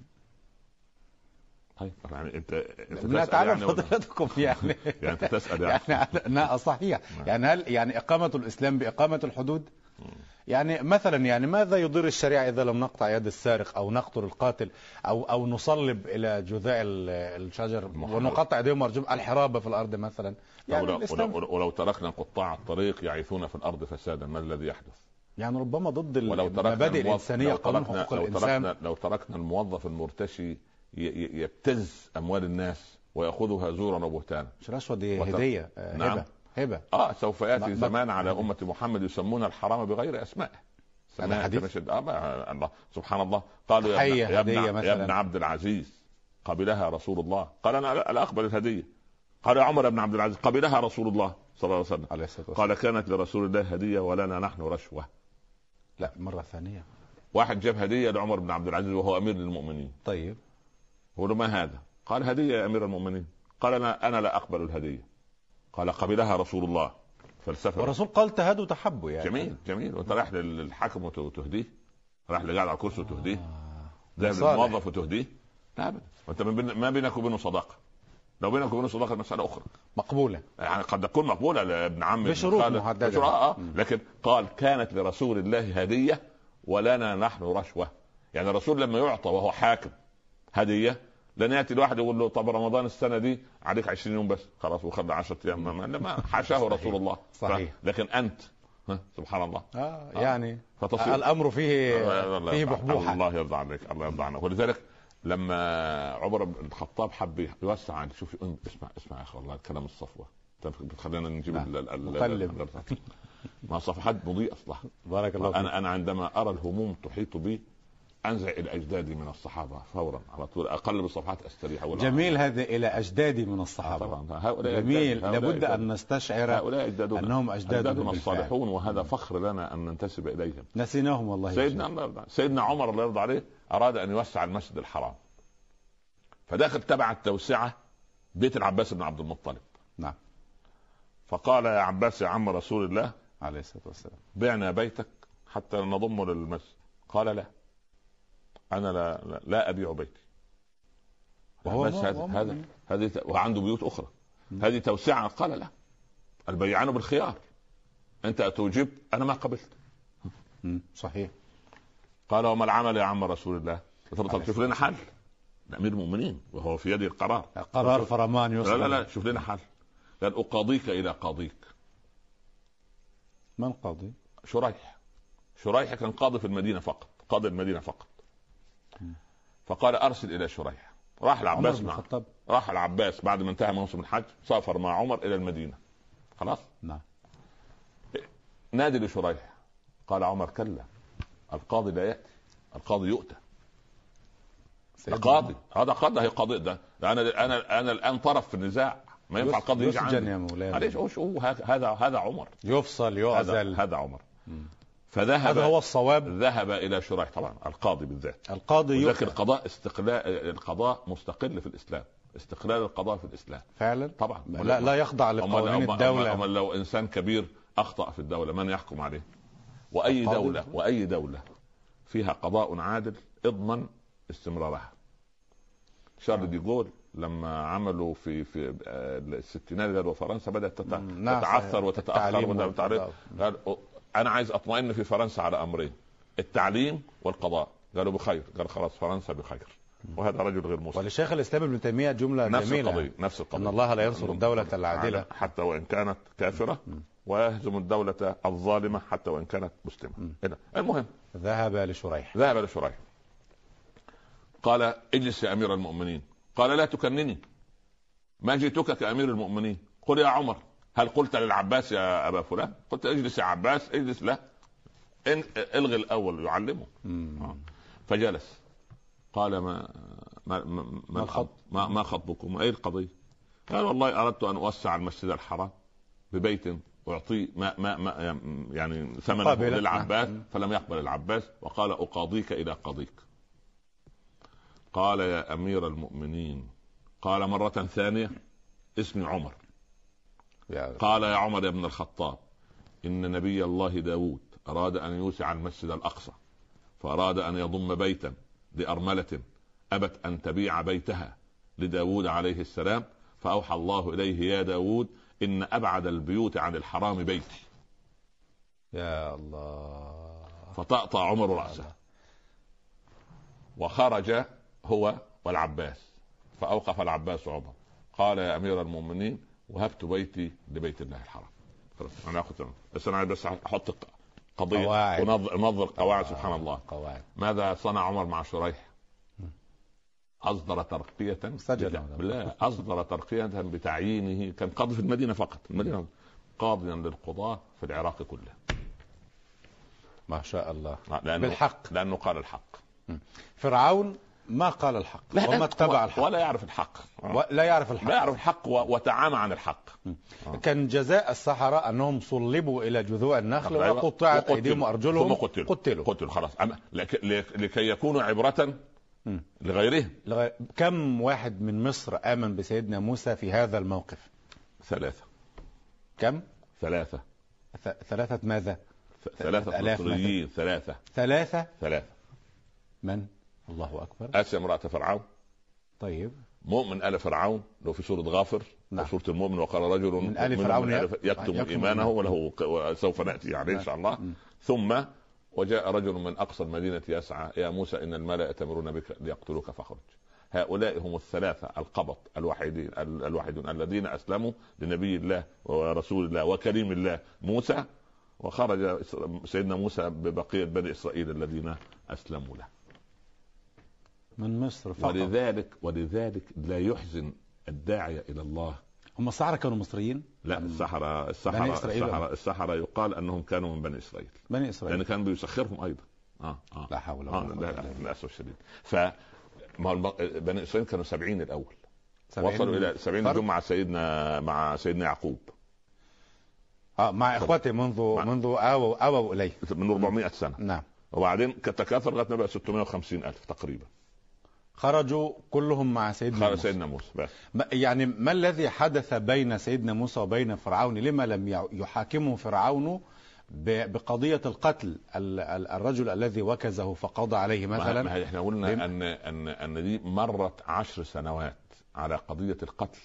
Speaker 2: طيب يعني أنت
Speaker 1: نتعلم يعني فضيلتكم يعني
Speaker 2: يعني أنت تسأل يعني,
Speaker 1: يعني صحيح يعني هل يعني إقامة الإسلام بإقامة الحدود؟ يعني مثلا يعني ماذا يضر الشريعة إذا لم نقطع يد السارق أو نقتل القاتل أو أو نصلب إلى جذاع الشجر ونقطع يديهم وأرجلهم الحرابة في الأرض مثلا.
Speaker 2: يعني ولو, ولو, ولو تركنا قطاع الطريق يعيثون في الأرض فسادا ما الذي يحدث؟
Speaker 1: يعني ربما ضد المبادئ الإنسانية قانون حقوق
Speaker 2: لو
Speaker 1: الإنسان.
Speaker 2: تركنا لو تركنا الموظف المرتشي يبتز أموال الناس ويأخذها زورا وبهتانا.
Speaker 1: مش رشوة دي هدية.
Speaker 2: نعم.
Speaker 1: هبة. هبة.
Speaker 2: اه سوف ياتي زمان على امه محمد يسمون الحرام بغير اسمائه.
Speaker 1: انا حديث
Speaker 2: آه الله سبحان الله. قالوا يا ابن, يا, ابن, يا ابن عبد العزيز قبلها رسول الله. قال انا لا اقبل الهديه. قال يا عمر بن عبد العزيز قبلها رسول الله صلى الله عليه وسلم. قال كانت لرسول الله هديه ولنا نحن رشوه.
Speaker 1: لا مره ثانيه
Speaker 2: واحد جاب هديه لعمر بن عبد العزيز وهو امير المؤمنين.
Speaker 1: طيب
Speaker 2: هو ما هذا؟ قال هديه يا امير المؤمنين. قال انا انا لا اقبل الهديه. قال قبلها رسول الله. فلسفه.
Speaker 1: والرسول قال تهادوا تحبوا يعني.
Speaker 2: جميل جميل. وانت رايح للحاكم وتهديه؟ رايح لقاعد على الكرسي وتهديه؟ ذهب للموظف وتهديه؟ لا ابدا. وانت ما بينك وبينه صداقه. لو بينك وبينه صداقه مساله اخرى
Speaker 1: مقبوله.
Speaker 2: يعني قد تكون مقبوله لابن عم
Speaker 1: بشروط محدده.
Speaker 2: بشروط آه. لكن قال كانت لرسول الله هديه ولنا نحن رشوه. يعني الرسول لما يعطى وهو حاكم هديه لن ياتي الواحد يقول له طب رمضان السنه دي عليك عشرين يوم بس خلاص وخد عشرة ايام. ما حاشاه رسول الله.
Speaker 1: صحيح.
Speaker 2: لكن انت سبحان الله
Speaker 1: آه يعني آه. الامر فيه فيه بحبوحه.
Speaker 2: الله يرضى عليك الله يرضى عنك. ولذلك لما عمر بن الخطاب حب يوسع شوف اسمع اسمع يا اخي والله الكلام الصفوه بتخلينا نجيب
Speaker 1: مقلب
Speaker 2: ما صفحات مضيئة أصلا.
Speaker 1: بارك الله فيك.
Speaker 2: أنا أنا عندما أرى الهموم تحيط بي أنزع إلى أجدادي من الصحابة فورا على طول، أقلب الصفحات أستريح.
Speaker 1: جميل هذا، إلى أجدادي من الصحابة. جميل، لابد أن نستشعر أنهم أجدادنا
Speaker 2: الصالحون، وهذا فخر لنا أن ننتسب إليهم.
Speaker 1: نسيناهم والله.
Speaker 2: سيدنا سيدنا عمر الله يرضى عليه أراد أن يوسع المسجد الحرام، فداخل تبع التوسعة بيت العباس بن عبد المطلب.
Speaker 1: نعم.
Speaker 2: فقال يا عباس يا عم رسول الله
Speaker 1: عليه الصلاة والسلام
Speaker 2: بعنا بيتك حتى نضمه للمسجد. قال لا، أنا لا لا, لا أبيع بيتي. بس هذا هذا هذه وعنده بيوت أخرى، هذه توسعة. قال لا، البيعان بالخيار، أنت توجب أنا ما قبلت.
Speaker 1: صحيح.
Speaker 2: قال وما العمل يا عم رسول الله؟ طب شوف لنا حل، أمير المؤمنين وهو في يد القرار،
Speaker 1: قرار فرمان يوسف.
Speaker 2: لا لا لا شوف لنا حل. قال أقاضيك إلى قاضيك.
Speaker 1: من قاضي؟
Speaker 2: شريح. شريح كان قاضي في المدينة فقط، قاضي المدينة فقط. فقال أرسل إلى شريح. راح العباس مع راح العباس بعد ما انتهى موسم الحج، سافر مع عمر إلى المدينة. خلاص.
Speaker 1: نعم.
Speaker 2: نادي لشريح. قال عمر كلا، القاضي لا يأتي، القاضي يؤتى. القاضي هذا قاضي، هي قاضي ده, ده انا انا انا الان طرف في النزاع، ما ينفع القاضي يجي عندي. معلش هو هذا هذا عمر
Speaker 1: يفصل يعزل.
Speaker 2: هذا, هذا عمر. فذهب،
Speaker 1: هذا هو الصواب.
Speaker 2: ذهب الى شريح، طبعا القاضي بالذات.
Speaker 1: القاضي
Speaker 2: يؤتى. القضاء استقلال، القضاء مستقل في الاسلام، استقلال القضاء في الاسلام
Speaker 1: فعلا.
Speaker 2: طبعا
Speaker 1: لا, لا يخضع لقوانين الدولة.
Speaker 2: أما لو انسان كبير اخطأ في الدولة من يحكم عليه؟ واي دولة واي دولة فيها قضاء عادل اضمن استمرارها. شارل دي جول لما عملوا في في الستينات قالوا فرنسا بدأت تتعثر وتتأخر، قال أنا عايز أطمئن في فرنسا على أمرين، التعليم والقضاء. قالوا بخير، قال خلاص فرنسا بخير. وهذا رجل غير مسلم.
Speaker 1: ولشيخ الإسلام ابن تيمية جملة
Speaker 2: نفس
Speaker 1: جميلة،
Speaker 2: القضية نفس القضية،
Speaker 1: إن الله لا ينصر الدولة العادلة
Speaker 2: حتى وإن كانت كافرة، ويهزم الدولة الظالمة حتى وإن كانت مسلمة. المهم
Speaker 1: ذهب لشريح.
Speaker 2: ذهب لشريح قال اجلس يا أمير المؤمنين. قال لا تكنني، ما جئتك كأمير المؤمنين. قل يا عمر هل قلت للعباس يا أبا فلان؟ قلت اجلس يا عباس، اجلس. لا، الغي الأول يعلمه. فجلس. قال ما ما ما ما, خط ما, ما خطبكم؟ ايه القضية؟ قال والله أردت أن أوسع المسجد الحرام ببيت أعطي ما ما, ما يعني ثمنه للعباس، فلم يقبل العباس وقال أقاضيك إلى قاضيك. قال يا أمير المؤمنين. قال مرة ثانية اسمي عمر. قال يا عمر يا ابن الخطاب، إن نبي الله داود أراد أن يوسع المسجد الأقصى، فأراد أن يضم بيتا لأرملة أبت أن تبيع بيتها لداود عليه السلام، فأوحى الله إليه يا داود إن أبعد البيوت عن الحرام بيتي.
Speaker 1: يا الله.
Speaker 2: فطأطأ عمر رأسه وخرج هو والعباس، فأوقف العباس عمر. قال يا أمير المؤمنين وهبت بيتي لبيت الله الحرام. أنا أخذ بس أنا بس أحط قضية ونظر قواعد. آه. سبحان الله.
Speaker 1: قواعد.
Speaker 2: ماذا صنع عمر مع شريح؟ أصدر ترقية لا أصدر ترقية بتعيينه، كان قاضي في المدينة فقط، المدينة قاضيا للقضاة في العراق كله.
Speaker 1: ما شاء الله.
Speaker 2: لأنه
Speaker 1: بالحق،
Speaker 2: لأنه قال الحق.
Speaker 1: فرعون ما قال الحق وما اتبع الحق
Speaker 2: ولا يعرف الحق.
Speaker 1: لا يعرف الحق
Speaker 2: لا يعرف الحق وتعامى عن الحق.
Speaker 1: كان جزاء السحرة أنهم صلبوا إلى جذوع النخل وقطعت أيديهم وأرجلهم،
Speaker 2: قتلوا
Speaker 1: قتلوا
Speaker 2: قتلوا خلاص، لكي يكونوا عبرة لغيرهم.
Speaker 1: لغير... كم واحد من مصر آمن بسيدنا موسى في هذا الموقف؟
Speaker 2: ثلاثة.
Speaker 1: كم؟
Speaker 2: ثلاثة.
Speaker 1: ث... ثلاثة ماذا؟
Speaker 2: ثلاثة مصريين. ثلاثة
Speaker 1: ثلاثة
Speaker 2: ثلاثة
Speaker 1: من؟ الله أكبر.
Speaker 2: آسيا امرأة فرعون.
Speaker 1: طيب.
Speaker 2: مؤمن آل فرعون لو في سورة غافر. نعم. سورة المؤمن وقال رجل
Speaker 1: من آل فرعون
Speaker 2: يكتم إيمانه وله سوف نأتي عليه إن شاء الله. م. ثم وجاء رجل من أقصى المدينة يسعى يا موسى إن الملأ يأتمرون بك ليقتلوك فاخرج. هؤلاء هم الثلاثة القبط الوحيدين الوحيدون الذين أسلموا لنبي الله ورسول الله وكريم الله موسى، وخرج سيدنا موسى ببقية بني إسرائيل الذين أسلموا له
Speaker 1: من مصر فقط.
Speaker 2: ولذلك ولذلك لا يحزن الداعية إلى الله
Speaker 1: هم السحرة كانوا مصريين؟
Speaker 2: لا، السحرة السحرة السحرة السحرة يقال انهم كانوا من بني اسرائيل.
Speaker 1: بني اسرائيل
Speaker 2: لان كان بيسخرهم ايضا. اه اه
Speaker 1: لا حول ولا
Speaker 2: قوة الا بالله للاسف الشديد. ف بني اسرائيل كانوا سبعين الاول، وصلوا الى سبعين نجوم مع سيدنا مع سيدنا يعقوب.
Speaker 1: اه مع اخوته منذ مع... منذ اووا اووا اليه
Speaker 2: من أربعمائة سنة.
Speaker 1: نعم.
Speaker 2: وبعدين تكاثر لغايه ما بقى ستمائة وخمسين الف تقريبا.
Speaker 1: خرجوا كلهم مع سيدنا موسى.
Speaker 2: سيدنا موسى بس.
Speaker 1: يعني ما الذي حدث بين سيدنا موسى وبين فرعون؟ لما لم يحاكمه فرعون بقضية القتل الرجل الذي وكزه فقضى عليه مثلا؟
Speaker 2: ما احنا قلنا لم... ان ان ان دي مرت عشر سنوات على قضية القتل.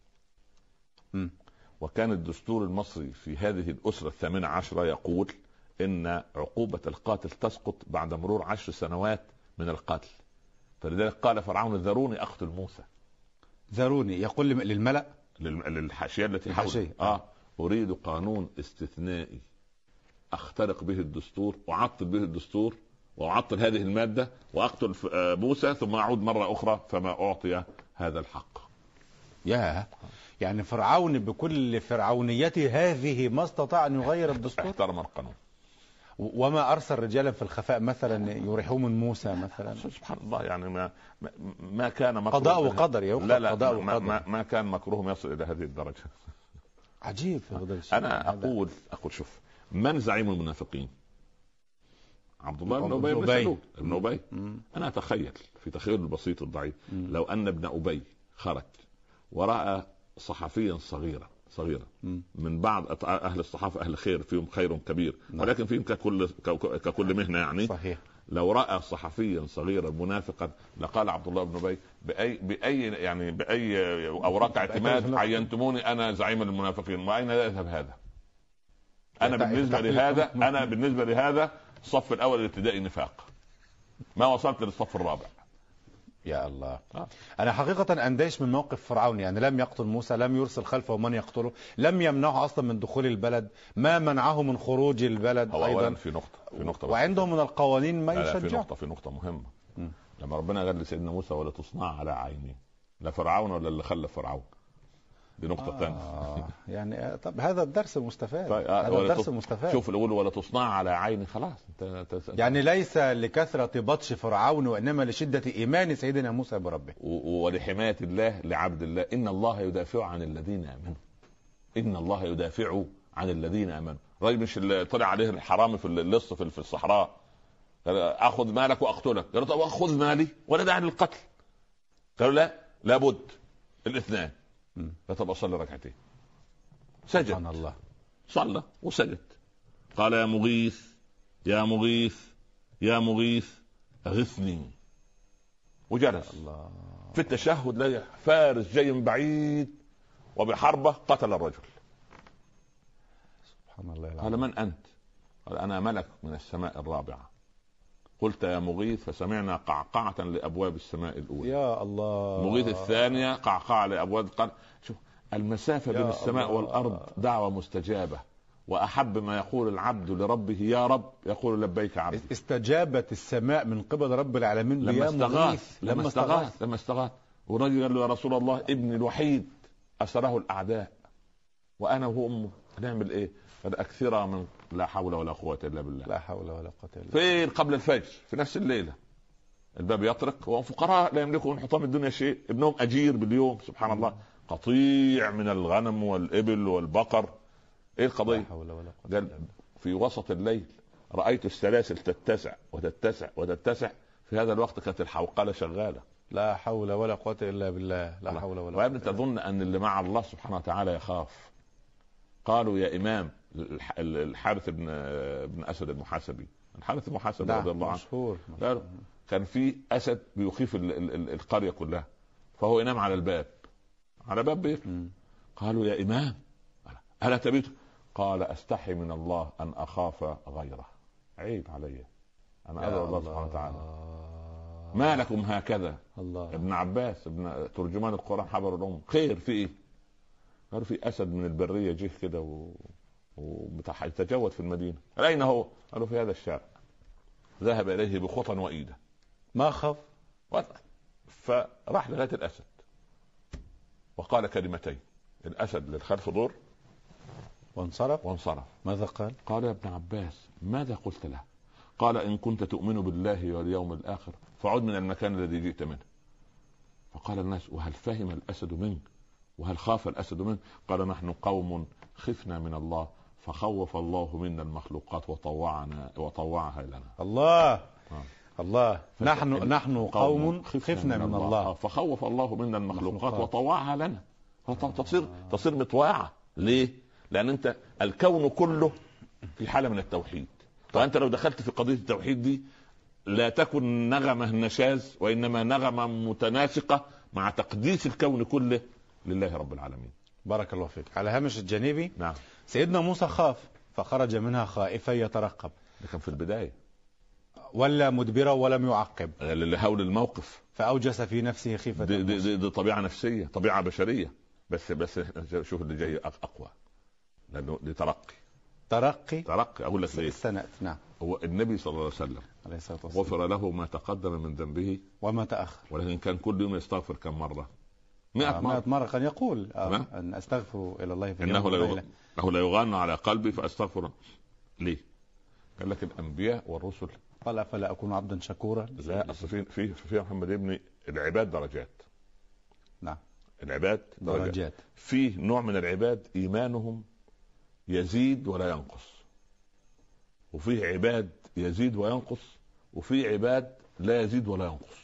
Speaker 2: م. وكان الدستور المصري في هذه الأسرة الثامنة عشرة يقول ان عقوبة القاتل تسقط بعد مرور عشر سنوات من القتل. فلذلك قال فرعون ذروني اقتل موسى.
Speaker 1: ذروني يقول للملأ
Speaker 2: للحاشية التي حوله. اه اريد قانون استثنائي اخترق به الدستور واعطل به الدستور واعطل هذه المادة واقتل موسى ثم اعود مرة اخرى فما اعطي هذا الحق.
Speaker 1: يا يعني فرعون بكل فرعونيته هذه ما استطاع ان يغير الدستور.
Speaker 2: احترم القانون.
Speaker 1: وما ارسل رجالا في الخفاء مثلا يريحون من موسى مثلا.
Speaker 2: سبحان الله. يعني ما ما كان مكروه.
Speaker 1: قضاء وقدر يا
Speaker 2: لا لا
Speaker 1: قضاء
Speaker 2: ما,
Speaker 1: وقدر.
Speaker 2: ما, ما كان مكروه يصل الى هذه الدرجه.
Speaker 1: عجيب في هذا
Speaker 2: الشيء. انا اقول اقول شوف، من زعيم المنافقين؟ عبد الله بن ابي بن سلول ابن ابي. انا اتخيل في تخيل البسيط الضعيف مم. لو ان ابن ابي خرج وراى صحفيا صغيرا صغيرة من بعض أهل الصحافة أهل خير فيهم خير كبير نعم. ولكن فيهم ككل ككل مهنة يعني صحيح. لو رأى صحفيا صغيرا منافقا لقال عبد الله بن أبي بأي بأي يعني بأي أوراق اعتماد عينتموني أنا زعيم المنافقين وأين يذهب هذا؟ أنا بالنسبة لهذا أنا بالنسبة لهذا الصف الأول الابتدائي نفاق، ما وصلت للصف الرابع.
Speaker 1: يا الله. آه. أنا حقيقة أندهش من موقف فرعون، يعني لم يقتل موسى، لم يرسل خلفه من يقتله، لم يمنعه أصلا من دخول البلد، ما منعه من خروج البلد أيضا.
Speaker 2: في نقطة في نقطة
Speaker 1: وعندهم من القوانين ما يشجع.
Speaker 2: في نقطة في نقطة مهمة. م. لما ربنا قال لسيدنا موسى ولا تصنع على عيني، لا فرعون ولا اللي خلف فرعون. دي نقطة آه ثانية.
Speaker 1: يعني طب هذا الدرس المستفاد.
Speaker 2: طيب آه
Speaker 1: هذا الدرس المستفاد.
Speaker 2: شوف الأول ولا تصنع على عيني خلاص. انت
Speaker 1: يعني ليس لكثرة بطش فرعون وإنما لشدة إيمان سيدنا موسى بربه
Speaker 2: ولحماية الله لعبد الله. إن الله يدافع عن الذين آمنوا. إن الله يدافع عن الذين آمنوا. رجل مش اللي طلع عليه الحرامي في اللص في الصحراء أخذ مالك وأقتلك، قال طب أخذ مالي ولا داعي للقتل. قالوا لا لابد الاثنان. طب أصلي ركعتين. سجد. سبحان الله. صلى وسجد. قال يا مغيث يا مغيث يا مغيث اغثني. وجلس الله. في التشهد لا فارس جاي من بعيد وبحربه قتل الرجل.
Speaker 1: سبحان الله.
Speaker 2: قال من أنت؟ قال أنا ملك من السماء الرابعة. قلت يا مغيث فسمعنا قعقعة لأبواب السماء الأولى.
Speaker 1: يا الله.
Speaker 2: مغيث الثانية قعقعة لأبواب القلب. شوف المسافة بين السماء والأرض دعوة مستجابة، وأحب ما يقول العبد لربه يا رب يقول لبيك عبد.
Speaker 1: استجابت السماء من قبل رب العالمين
Speaker 2: لما استغاث لما استغاث لما استغاث والرجل قال له يا رسول الله ابني الوحيد أسره الأعداء وأنا وأمه هنعمل إيه؟ قد أكثر من لا حول ولا قوة إلا بالله.
Speaker 1: لا حول ولا قوة إلا بالله.
Speaker 2: فين قبل الفجر في نفس الليلة الباب يطرق وهم فقراء لا يملكوا من حطام الدنيا شيء، ابنهم أجير باليوم سبحان الله، قطيع من الغنم والإبل والبقر. ايه القضية؟ قال في وسط الليل رأيت السلاسل تتسع وتتسع وتتسع. في هذا الوقت كانت الحوقلة شغالة.
Speaker 1: لا حول ولا قوة إلا بالله. لا حول ولا قوة.
Speaker 2: وابن تظن أن اللي مع الله سبحانه وتعالى يخاف. قالوا يا إمام الحارث بن بن أسد المحاسبي، الحارث المحاسبي رضي الله عنه
Speaker 1: مشهور.
Speaker 2: قالوا كان في أسد بيخيف القرية كلها فهو ينام على الباب على باب بيت. قالوا يا إمام ألا تبيت؟ قال أستحي من الله أن أخاف غيره. عيب علي أنا أدعو الله سبحانه وتعالى. ما لكم هكذا؟ الله. ابن عباس ابن ترجمان القرآن حبر الأم خير في إيه؟ قالوا في أسد من البرية جه كده و... ويتجول في المدينة. أين هو؟ قالوا في هذا الشارع. ذهب إليه بخطى وإيده
Speaker 1: ما خف
Speaker 2: و... فراح لغاية الأسد وقال كلمتين الاسد للخلف دور
Speaker 1: وانصرف.
Speaker 2: وانصرف.
Speaker 1: ماذا قال؟
Speaker 2: قال يا ابن عباس ماذا قلت له؟ قال ان كنت تؤمن بالله واليوم الاخر فعد من المكان الذي جئت منه. فقال الناس وهل فهم الاسد منك وهل خاف الاسد منك؟ قال نحن قوم خفنا من الله فخوف الله منا المخلوقات وطوعنا وطوعها لنا.
Speaker 1: الله
Speaker 2: آه.
Speaker 1: الله نحن نحن قوم خفنا من, من الله, الله
Speaker 2: فخوف الله منا المخلوقات وطوعها لنا. تصير تصير مطواعة. ليه؟ لأن أنت الكون كله في حالة من التوحيد، فأنت لو دخلت في قضية التوحيد دي لا تكن نغمة نشاز وإنما نغمة متناسقة مع تقديس الكون كله لله رب العالمين.
Speaker 1: بارك الله فيك. على هامش الجانبي،
Speaker 2: نعم،
Speaker 1: سيدنا موسى خاف فخرج منها خائفا يترقب،
Speaker 2: لكن في البداية
Speaker 1: ولا مدبرا ولم يعقب
Speaker 2: لهول الموقف،
Speaker 1: فأوجس في نفسه خيفة.
Speaker 2: دي, دي, دي, دي طبيعة نفسية، طبيعة بشرية، بس بس شوف اللي جاي أقوى، لأنه لترقي
Speaker 1: ترقي
Speaker 2: ترقي أقول لك ليه؟
Speaker 1: السنة. نعم.
Speaker 2: هو النبي صلى الله عليه وسلم
Speaker 1: عليه الصلاة والسلام
Speaker 2: غفر له ما تقدم من ذنبه
Speaker 1: وما تأخر،
Speaker 2: ولكن كان كل يوم يستغفر كم مرة؟ مئة
Speaker 1: آه
Speaker 2: مرة.
Speaker 1: مئة مرة كان يقول آه أن أستغفر إلى الله في
Speaker 2: إنه لا يغ... إنه لا يغان على قلبي فأستغفر. ليه؟ قال لك الأنبياء والرسل
Speaker 1: قال فلا أكون عبدا شكورا.
Speaker 2: لا، أصل في في في محمد ابني العباد درجات.
Speaker 1: نعم،
Speaker 2: العباد درجات.
Speaker 1: درجات.
Speaker 2: في نوع من العباد إيمانهم يزيد ولا ينقص، وفي عباد يزيد وينقص، وفي عباد لا يزيد ولا ينقص،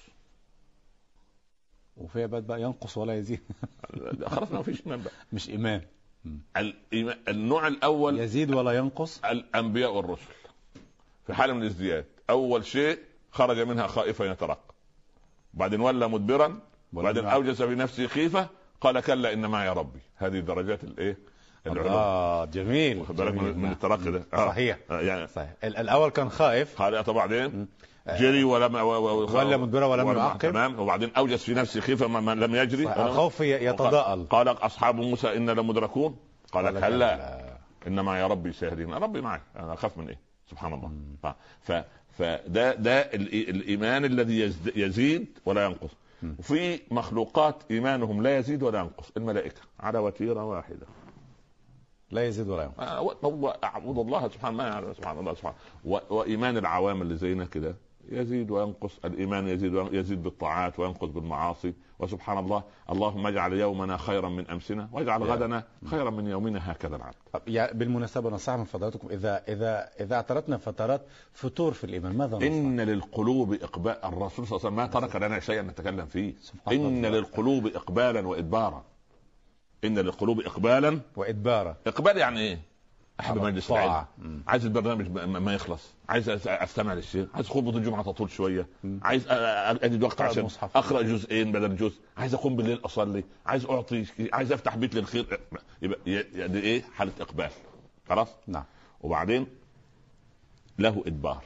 Speaker 1: وفي عباد بقى ينقص ولا يزيد.
Speaker 2: خلاص ما فيش إيمان بقى.
Speaker 1: مش إيمان.
Speaker 2: الإيمان النوع الأول
Speaker 1: يزيد ولا ينقص.
Speaker 2: الأنبياء والرسل في حالة من الازدياد، أول شيء خرج منها خائفا يترقب، بعدين ولا مدبرا، بعدين أوجس في نفسه خيفة، قال كلا إن معي ربي. هذه درجات الإيه؟
Speaker 1: اه جميل, جميل.
Speaker 2: من الترقي ده.
Speaker 1: آه. صحيح.
Speaker 2: آه. يعني
Speaker 1: صحيح. الاول كان خائف
Speaker 2: خائف، بعدين جري ولا
Speaker 1: ولا مدبر ولم يعقب،
Speaker 2: تمام، وبعدين اوجس في نفسه خيفه ما لم يجري،
Speaker 1: الخوف يتضاءل.
Speaker 2: قال اصحاب موسى ان لمدركون، قال كلا ان معي ربي سيهدين. ربي معي، انا اخاف من ايه؟ سبحان الله. ف فده ده الايمان الذي يزيد ولا ينقص. وفي مخلوقات ايمانهم لا يزيد ولا ينقص، الملائكه على وتيره واحده
Speaker 1: لا يزيد ولا ينقص.
Speaker 2: هو اعبد الله سبحانه سبحان الله سبحانه. وايمان العوام اللي زينا كده يزيد وينقص، الايمان يزيد يزيد بالطاعات وينقص بالمعاصي. وسبحان الله، اللهم اجعل يومنا خيرا من امسنا واجعل غدنا خيرا من يومنا، هكذا العبد.
Speaker 1: يعني بالمناسبه نصح من فضلاتكم، اذا اذا اذا اعترضنا فترات فتور في الايمان ماذا نصح؟
Speaker 2: ان للقلوب اقبال، الرسول صلى الله عليه وسلم ما ترك لنا شيئا نتكلم فيه. ان للقلوب اقبالا وادبارا. ان للقلوب اقبالا
Speaker 1: وادبارا.
Speaker 2: اقبال يعني ايه؟ احب مجلس العلم، عايز البرنامج ما يخلص، عايز استمع للشيخ، عايز خطبه الجمعه تطول شويه، عايز اجد وقت عشان اقرا جزئين بدل جزء، عايز اقوم بالليل اصلي، عايز اعطي، عايز افتح بيت للخير. يبقى يعني ايه؟ حاله اقبال. خلاص.
Speaker 1: نعم.
Speaker 2: وبعدين له ادبار.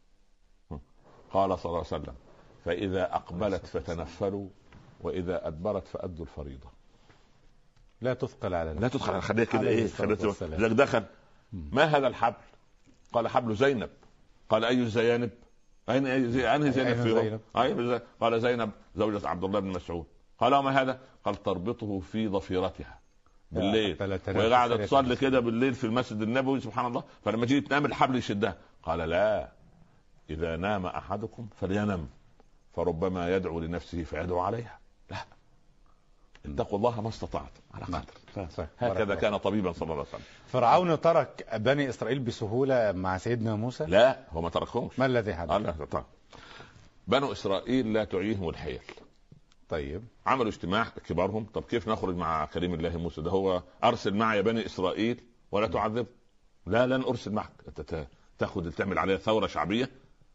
Speaker 2: قال صلى الله عليه وسلم فاذا اقبلت فتنفلوا واذا ادبرت فادوا الفريضه.
Speaker 1: لا تثقل على
Speaker 2: لا تثقل على خليها كده ايه خليها دخل. ما هذا الحبل؟ قال حبل زينب. قال اي زينب؟ اين انهي زينب في اي؟ قال زينب زوجة عبد الله بن مسعود. قال وما هذا؟ قال تربطه في ضفيرتها بالليل، وهي قاعده تصلي كده بالليل في المسجد النبوي. سبحان الله. فلما جيت تنام الحبل يشدها. قال لا، اذا نام احدكم فلينم، فربما يدعو لنفسه فيدعو عليها. لا، اتقوا الله ما استطعت على قدر. هكذا كان طبيبا صلى الله عليه وسلم.
Speaker 1: فرعون ترك بني اسرائيل بسهوله مع سيدنا موسى؟
Speaker 2: لا، هو ما تركهمش.
Speaker 1: ما الذي حدث؟
Speaker 2: بنو اسرائيل لا تعيهم الحيل.
Speaker 1: طيب
Speaker 2: عملوا اجتماع كبارهم، طب كيف نخرج مع كريم الله موسى؟ ده هو ارسل معي بني اسرائيل ولا تعذب. لا، لن ارسل معك. تاخذ تعمل عليها ثوره شعبيه،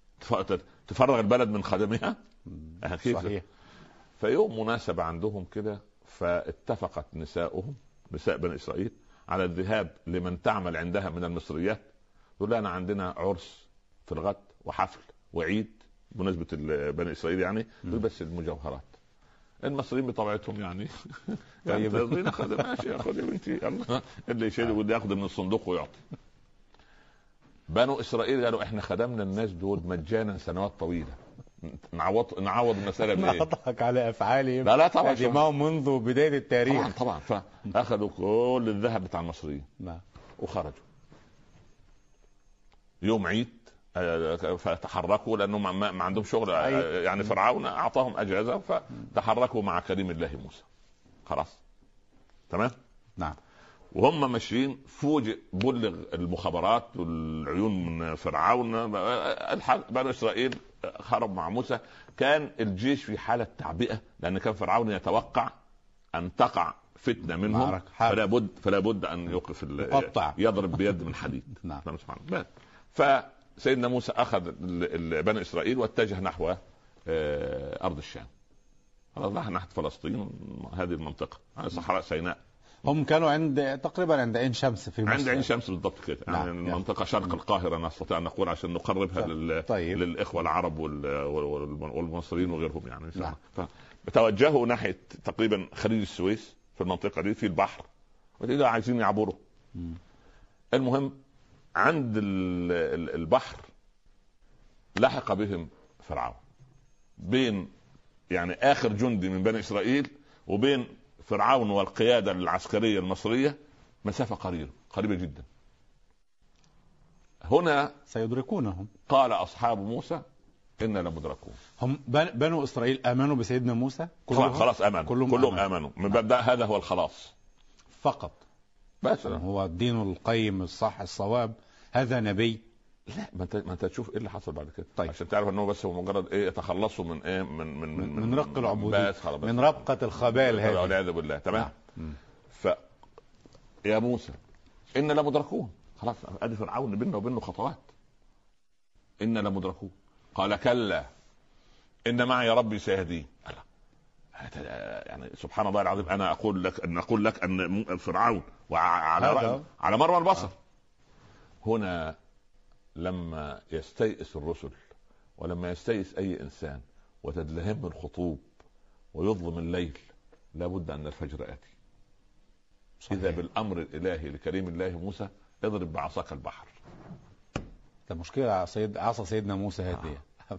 Speaker 2: تفرغ البلد من خدمها.
Speaker 1: صحيح.
Speaker 2: فيوم مناسبه عندهم كده، فاتفقت نساؤهم، نساء بني اسرائيل، على الذهاب لمن تعمل عندها من المصريات. يقول أنا عندنا عرس في الغد وحفل وعيد بمناسبة بني اسرائيل، يعني بس المجوهرات. المصريين بطبيعتهم يعني
Speaker 1: طيب
Speaker 2: يعني خذ ماشي، خذ يا بنتي يلا، اللي يشيل واللي ياخذ من الصندوق ويعطي. بنو اسرائيل قالوا احنا خدمنا الناس دول مجانا سنوات طويله، نعوض نعوض المساله بايه؟
Speaker 1: نضحك على افعالهم.
Speaker 2: لا لا طبعا
Speaker 1: يعني ما هو منذ بدايه التاريخ.
Speaker 2: طبعا طبعا فاخذوا كل الذهب بتاع المصريين
Speaker 1: نعم.
Speaker 2: وخرجوا يوم عيد فتحركوا لانهم ما, ما عندهم شغل. يعني فرعون اعطاهم اجازه فتحركوا مع كريم الله موسى. خلاص تمام.
Speaker 1: نعم.
Speaker 2: وهم ماشيين فوجئ بلغ المخابرات والعيون من فرعون بني اسرائيل خرج مع موسى. كان الجيش في حاله تعبئه لان كان فرعون يتوقع ان تقع فتنه منهم فلا بد فلا بد ان يوقف يضرب بيد من حديد.
Speaker 1: نعم.
Speaker 2: فسيدنا موسى اخذ بني اسرائيل واتجه نحو ارض الشام. راح ناحيه فلسطين هذه المنطقه صحراء سيناء.
Speaker 1: هم كانوا عند تقريبا عند عين شمس في مصر.
Speaker 2: عند عين شمس بالضبط كده.
Speaker 1: نعم.
Speaker 2: يعني المنطقه شرق م. القاهره نستطيع ان نقول عشان نقربها لل...
Speaker 1: طيب.
Speaker 2: للاخوه العرب وال... والمصريين وغيرهم يعني. نعم. فتوجهوا ناحيه تقريبا خليج السويس في المنطقه دي في البحر واذا عايزين يعبروا. م. المهم عند البحر لحق بهم فرعون بين يعني اخر جندي من بني اسرائيل وبين فرعون والقيادة العسكرية المصرية مسافة قريبة قريبة جدا. هنا
Speaker 1: سيدركونهم.
Speaker 2: قال أصحاب موسى إنا لمدركون.
Speaker 1: هم بنو إسرائيل آمنوا بسيدنا موسى
Speaker 2: كلهم؟ خلاص آمنوا كلهم, كلهم آمنوا, آمنوا. من باب هذا هو الخلاص
Speaker 1: فقط.
Speaker 2: بس
Speaker 1: هو الدين القيم الصح الصواب. هذا نبي.
Speaker 2: لا ما انت ما انت تشوف ايه اللي حصل بعد كده.
Speaker 1: طيب.
Speaker 2: عشان تعرف انه بس هو مجرد ايه يتخلصوا من ايه من من من,
Speaker 1: من رق العبودية من ربقة الخبال هذه
Speaker 2: والعياذ بالله. تمام. ف يا موسى إن لمدركون. خلاص ادي فرعون بيننا وبينه خطوات. إن لمدركون. قال كلا إن معي ربي سيهدين. يعني سبحان الله العظيم. انا اقول لك ان اقول لك ان فرعون وعلى على مروى البصر. هنا لما يستيئس الرسل ولما يستيئس اي انسان وتدلهم الخطوب ويظلم الليل لابد ان الفجر اتي. اذا بالامر الالهي لكريم الله موسى اضرب بعصاك البحر.
Speaker 1: ده مشكله سيد عصا سيدنا موسى هذه. آه.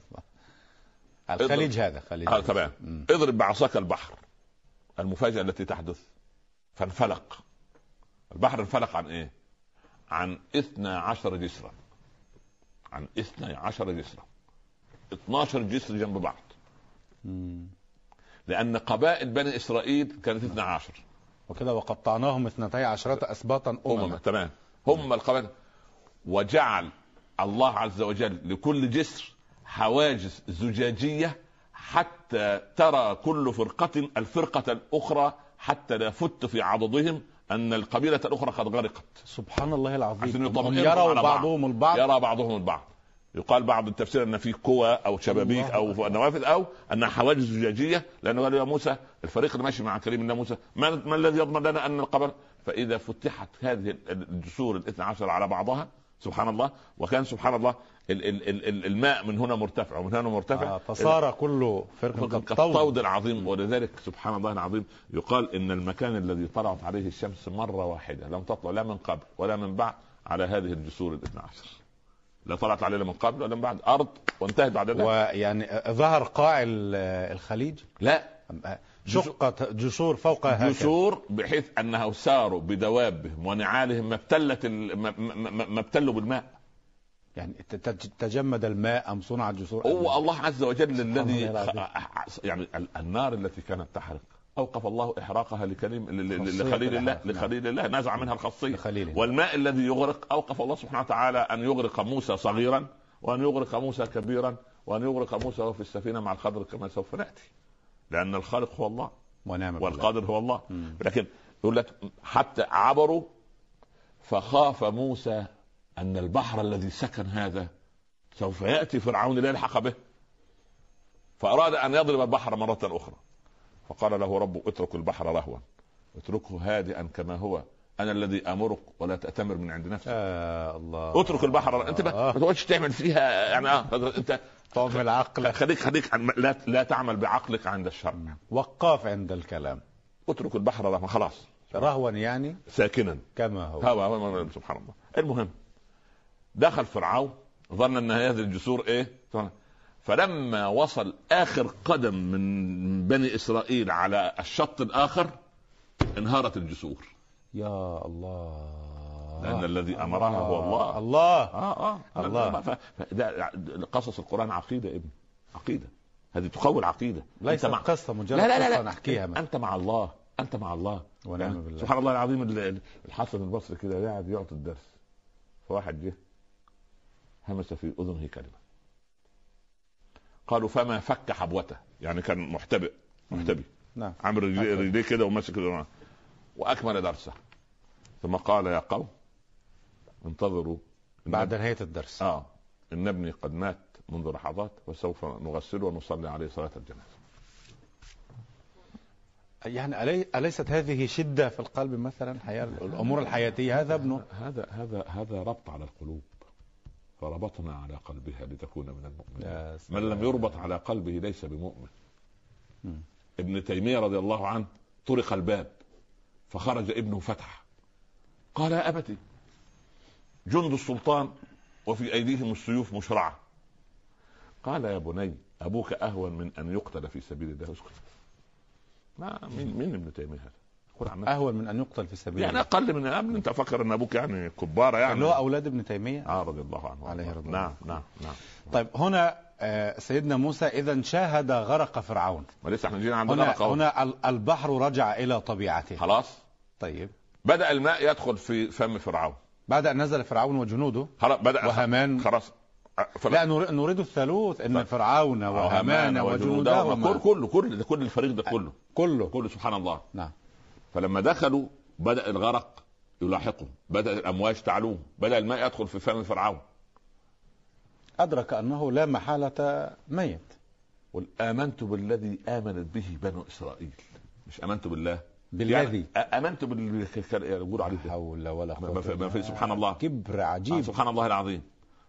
Speaker 1: الخليج هذا خليج.
Speaker 2: اه تمام. اضرب بعصاك البحر. المفاجاه التي تحدث فانفلق البحر. انفلق عن ايه؟ عن اثنى عشر جسرا. عن اثنى عشر جسرا. اثناشر جسر جنب بعض.
Speaker 1: مم.
Speaker 2: لان قبائل بني اسرائيل كانت اثنى عشر
Speaker 1: وكذا وقطعناهم اثنتي عشرة اسباطا امما.
Speaker 2: تمام. هم القبائل. وجعل الله عز وجل لكل جسر حواجز زجاجية حتى ترى كل فرقة الفرقة الأخرى حتى لا فت في عضدهم أن القبيلة الأخرى قد غرقت.
Speaker 1: سبحان الله العظيم.
Speaker 2: يرى
Speaker 1: بعضهم البعض.
Speaker 2: يرى بعضهم البعض. يقال بعض التفسير أن في قوى أو شبابيك أو نوافذ أو أنها حواجز زجاجية. لأنه قال يا موسى الفريق اللي ماشي مع كريم الله موسى ما, ما الذي يضمن لنا أن القبر. فإذا فتحت هذه الجسور الاثنى عشر على بعضها سبحان الله. وكان سبحان الله الماء من هنا مرتفع ومن هنا مرتفع.
Speaker 1: آه فصار كله فرق
Speaker 2: كالطود العظيم. ولذلك سبحان الله العظيم يقال ان المكان الذي طلعت عليه الشمس مرة واحدة لم تطلع لا من قبل ولا من بعد على هذه الجسور الاثنى عشر. لا طلعت عليه من قبل ولا من بعد. ارض وانتهت بعد ذلك.
Speaker 1: ويعني ظهر قاع الخليج.
Speaker 2: لا
Speaker 1: شقت جسور فوقها
Speaker 2: جسور بحيث انها ساروا بدوابهم ونعالهم ما ابتلت ما ابتلوا بالماء.
Speaker 1: يعني تجمد الماء ام صنع الجسور.
Speaker 2: هو الله عز وجل الذي يعني النار التي كانت تحرق اوقف الله احراقها لكريم لخليل الله لخليل الله نزع منها الخاصيه. والماء الذي يغرق اوقف الله سبحانه وتعالى ان يغرق موسى صغيرا وان يغرق موسى كبيرا وان يغرق موسى وهو في السفينه مع الخضر كما سوف ناتي. لأن الخالق هو الله
Speaker 1: ونعم
Speaker 2: والقادر هو الله. مم. لكن يقول لك حتى عبروا فخاف موسى أن البحر الذي سكن هذا سوف يأتي فرعون لا يلحق به فأراد أن يضرب البحر مرة أخرى فقال له ربه اترك البحر رهوا اتركه هادئا كما هو أنا الذي أمرك ولا تأتمر من عند نفسك.
Speaker 1: آه الله.
Speaker 2: اترك البحر. أنت ما تقعدش تعمل فيها يعني آه. أنت
Speaker 1: طعم العقل.
Speaker 2: خليك خليك لا لا تعمل بعقلك عند الشر.
Speaker 1: وقاف عند الكلام.
Speaker 2: اترك البحر رهوا. خلاص
Speaker 1: رهوا يعني
Speaker 2: ساكنا
Speaker 1: كما هو.
Speaker 2: هو سبحان الله. المهم دخل فرعون ظن ان هذه الجسور ايه فلما وصل آخر قدم من بني إسرائيل على الشط الآخر انهارت الجسور.
Speaker 1: يا الله،
Speaker 2: لأن الذي أمرها هو الله.
Speaker 1: الله
Speaker 2: آه آه
Speaker 1: الله.
Speaker 2: ده قصص القرآن عقيدة يا ابني، عقيدة. هذه تقوي العقيدة.
Speaker 1: ليس مع قصة مجرد
Speaker 2: لا لا لا
Speaker 1: قصة
Speaker 2: لا.
Speaker 1: نحكيها مثلا.
Speaker 2: أنت مع الله، أنت مع الله
Speaker 1: ونعم
Speaker 2: يعني
Speaker 1: بالله.
Speaker 2: سبحان الله العظيم. الحسن البصري كده قاعد يعطي الدرس، فواحد جه همس في أذنه كلمة، قالوا فما فك حبوته، يعني كان محتبئ محتبي
Speaker 1: نعم،
Speaker 2: عامل رجليه كده وماسك كده، واكمل درسه. ثم قال يا قوم انتظروا
Speaker 1: بعد نهاية الدرس
Speaker 2: اه ان ابني قد مات منذ لحظات وسوف نغسله ونصلي عليه صلاة الجنازة.
Speaker 1: يعني ألي... أليست هذه شدة في القلب مثلا، حياة الأمور الحياتية؟ هذا ابنه،
Speaker 2: هذا هذا هذا ربط على القلوب، فربطنا على قلبها لتكون من المؤمنين. من لم يربط على قلبه ليس بمؤمن. م. ابن تيمية رضي الله عنه طرق الباب فخرج ابنه فتح، قال يا أبتي جند السلطان وفي أيديهم السيوف مشرعة. قال يا بني أبوك أهون من أن يقتل في سبيل الله. اسكت. ما مين مين ابن تيمية هذا؟
Speaker 1: أهون من أن يقتل في سبيل
Speaker 2: يعني أقل من ابن. أنت فكر أن أبوك يعني كبارة يعني؟
Speaker 1: اللي هو أولاد ابن تيمية
Speaker 2: آه رضي الله عنه
Speaker 1: عليه رضي.
Speaker 2: نعم نعم نعم.
Speaker 1: طيب هنا آه سيدنا موسى إذا شاهد غرق فرعون،
Speaker 2: ولسه احنا جينا عند
Speaker 1: هنا,
Speaker 2: غرق.
Speaker 1: هنا البحر رجع إلى طبيعته
Speaker 2: خلاص.
Speaker 1: طيب
Speaker 2: بدأ الماء يدخل في فم فرعون
Speaker 1: بعد أن نزل فرعون وجنوده
Speaker 2: بدأ
Speaker 1: وهامان.
Speaker 2: خلاص.
Speaker 1: فل... لا نريد الثالوث ان فرعون وهامان وجنوده
Speaker 2: كل كل كل كل الفريق ده كله
Speaker 1: كله
Speaker 2: كله سبحان الله.
Speaker 1: نعم.
Speaker 2: فلما دخلوا بدأ الغرق يلاحقهم، بدأ الأمواج تعلوهم، بدأ الماء يدخل في فم فرعون.
Speaker 1: أدرك أنه لا محالة ميت.
Speaker 2: قل آمنت بالذي آمنت به بنو إسرائيل، مش آمنت بالله
Speaker 1: بالذي
Speaker 2: يعني آمنت بالذي يقول عليه
Speaker 1: حول ولا قوة
Speaker 2: ما في. سبحان الله،
Speaker 1: كبر عجيب.
Speaker 2: آه سبحان الله العظيم.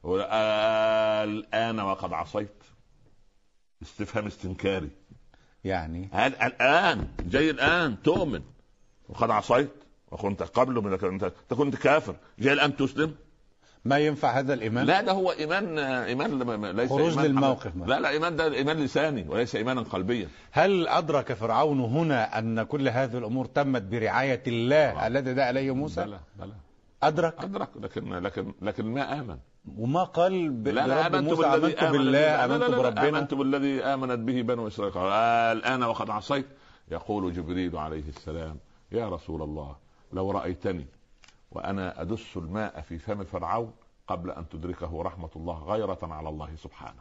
Speaker 2: الآن وقد عصيت، استفهام استنكاري
Speaker 1: يعني
Speaker 2: هل الآن جاي الآن تؤمن وقد عصيت وكنت قبله من انت كنت كافر، جاي الآن تسلم؟
Speaker 1: ما ينفع هذا الإيمان.
Speaker 2: لا ده هو إيمان إيمان ليس
Speaker 1: خروج
Speaker 2: إيمان
Speaker 1: للموقف.
Speaker 2: لا لا إيمان ده إيمان لساني وليس إيمانا قلبيا.
Speaker 1: هل أدرك فرعون هنا أن كل هذه الأمور تمت برعاية الله الذي دعا عليه موسى؟
Speaker 2: بلا بلا
Speaker 1: أدرك
Speaker 2: أدرك لكن لكن لكن ما آمن.
Speaker 1: وما قال ب...
Speaker 2: لا لا
Speaker 1: برب
Speaker 2: آمنت
Speaker 1: موسى آمنت بالله آمنت بربنا.
Speaker 2: آمنت بالذي آمنت به بنو إسرائيل. الآن وقد عصيت. يقول جبريل عليه السلام يا رسول الله لو رأيتني وأنا أدس الماء في فم فرعون قبل أن تدركه رحمة الله غيرة على الله سبحانه.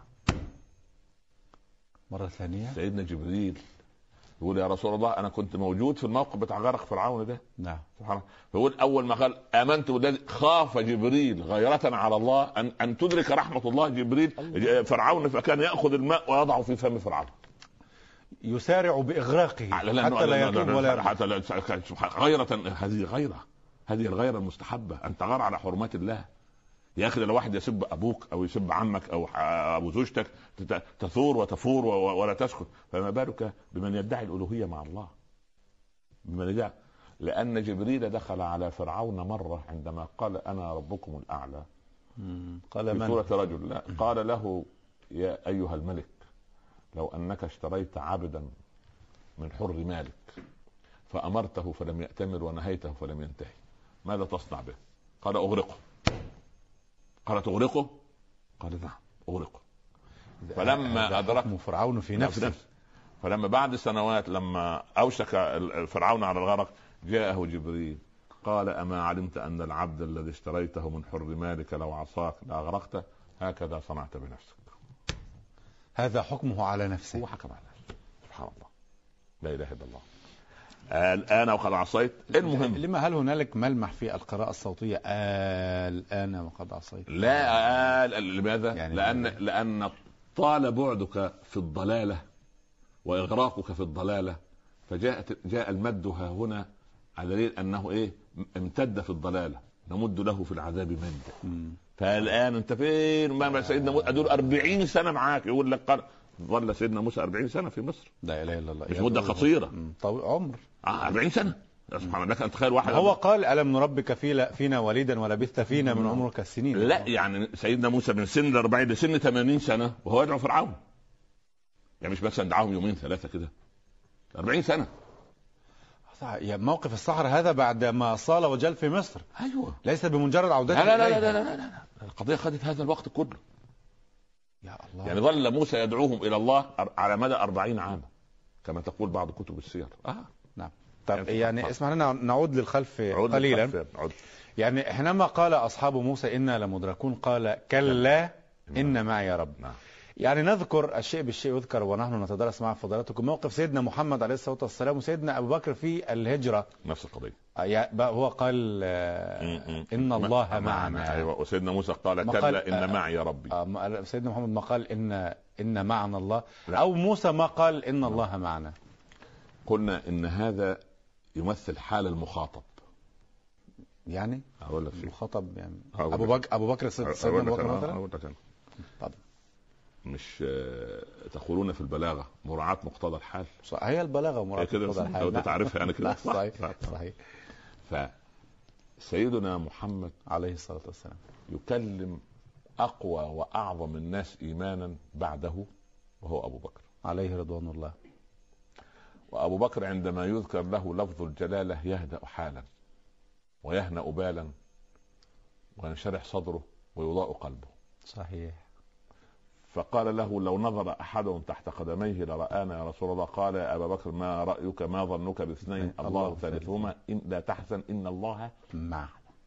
Speaker 1: مرة ثانية
Speaker 2: سيدنا جبريل يقول يا رسول الله أنا كنت موجود في الموقف بتاع غرق فرعون ده.
Speaker 1: نعم.
Speaker 2: سبحانه. فيقول أول ما قال آمنت بالذي، خاف جبريل غيرة على الله أن أن تدرك رحمة الله جبريل الله. فرعون فكان يأخذ الماء ويضعه في فم فرعون،
Speaker 1: يسارع بإغراقه حتى لا يتوب ولا يرجع.
Speaker 2: حتى لا غيرة. هذه غيرة، هذه الغيرة المستحبة أن تغار على حرمات الله. يا أخي لو واحد يسب أبوك أو يسب عمك أو أبو زوجتك تثور وتفور ولا تسكت، فما بالك بمن يدعي الألوهية مع الله؟ بمن يدعي. لأن جبريل دخل على فرعون مرة عندما قال أنا ربكم الأعلى،
Speaker 1: قال
Speaker 2: في سورة رجل، لا قال له يا أيها الملك لو أنك اشتريت عبدا من حر مالك فأمرته فلم يأتمر ونهيته فلم ينتهي ماذا تصنع به؟ قال أغرقه. قال تغرقه؟ قال نعم أغرقه. فلما أدركه
Speaker 1: فرعون في نفسه،
Speaker 2: فلما بعد سنوات لما أوشك فرعون على الغرق جاءه جبريل قال أما علمت أن العبد الذي اشتريته من حر مالك لو عصاك لأغرقته؟ هكذا صنعت بنفسك.
Speaker 1: هذا حكمه على نفسه.
Speaker 2: هو حكم على نفسه. سبحان الله، لا إله إلا الله. الآن وقد عصيت. المهم
Speaker 1: لما هل هنالك ملمح في القراءة الصوتية الآن وقد عصيت؟
Speaker 2: لا آل. لماذا؟
Speaker 1: يعني
Speaker 2: لأن لأن طال بعدك في الضلالة وإغراقك في الضلالة فجاءت جاء المد ها هنا على دليل أنه إيه امتد في الضلالة نمد له في العذاب مدا. فالآن أنت فين؟ ما سيدنا موسى أدور أربعين سنة معاك. يقول لك قال ظل سيدنا موسى أربعين سنة في مصر.
Speaker 1: لا إله إلا الله.
Speaker 2: مش مدة قصيرة.
Speaker 1: طويل عمر.
Speaker 2: آه أربعين سنة. سبحان الله. لك ان تخيل واحد
Speaker 1: هو قال الم نربك في فينا وليدا ولبثت فينا من عمرك السنين.
Speaker 2: لا يعني سيدنا موسى من سن الأربعين لسن ثمانين سنه وهو يدعو فرعون، يعني مش مثلا دعاهم يومين ثلاثه كده، أربعين سنه.
Speaker 1: يا موقف الصحراء هذا بعد ما صال وجل في مصر.
Speaker 2: ايوه
Speaker 1: ليس بمجرد عودته.
Speaker 2: لا لا لا, لا لا لا لا لا القضيه خدت هذا الوقت كله.
Speaker 1: يا الله.
Speaker 2: يعني ظل موسى يدعوهم الى الله على مدى أربعين عاما كما تقول بعض كتب السير. اه
Speaker 1: نعم. طب يعني اسمح لنا نعود للخلف قليلا.
Speaker 2: للخلف. عود.
Speaker 1: يعني حينما قال اصحاب موسى انا لمدركون قال كلا ان معي رب.
Speaker 2: نعم.
Speaker 1: يعني نذكر الشيء بالشيء يذكر ونحن نتدرس مع فضيلتكم موقف سيدنا محمد عليه الصلاة والسلام وسيدنا أبو بكر في الهجرة.
Speaker 2: نفس القضية.
Speaker 1: هو قال إن الله معنا.
Speaker 2: أيوة. وسيدنا موسى قال كلا إن معي ربي.
Speaker 1: سيدنا محمد ما قال إن إن معنا الله. لا. أو موسى ما قال إن الله معنا.
Speaker 2: قلنا إن هذا يمثل حال المخاطب.
Speaker 1: يعني
Speaker 2: أقول لك
Speaker 1: المخاطب يعني أبو بكر أبو بكر سيدنا أبو بكر مثلا.
Speaker 2: طب مش تقولون في البلاغه مراعاه مقتضى الحال.
Speaker 1: صح. هي البلاغه مراعاه مقتضى الحال.
Speaker 2: لو تعرفها انا كده.
Speaker 1: صحيح صحيح.
Speaker 2: فسيدنا محمد
Speaker 1: عليه الصلاه والسلام
Speaker 2: يكلم اقوى واعظم الناس ايمانا بعده وهو ابو بكر
Speaker 1: عليه رضوان الله.
Speaker 2: وابو بكر عندما يذكر له لفظ الجلاله يهدأ حالا ويهنأ بالا وينشرح صدره ويضاء قلبه.
Speaker 1: صحيح.
Speaker 2: فقال له لو نظر احدهم تحت قدميه لرآنا يا رسول الله. قال يا ابا بكر ما رأيك ما ظنك باثنين الله ثالثهما إن لا تحزن ان الله
Speaker 1: معنا.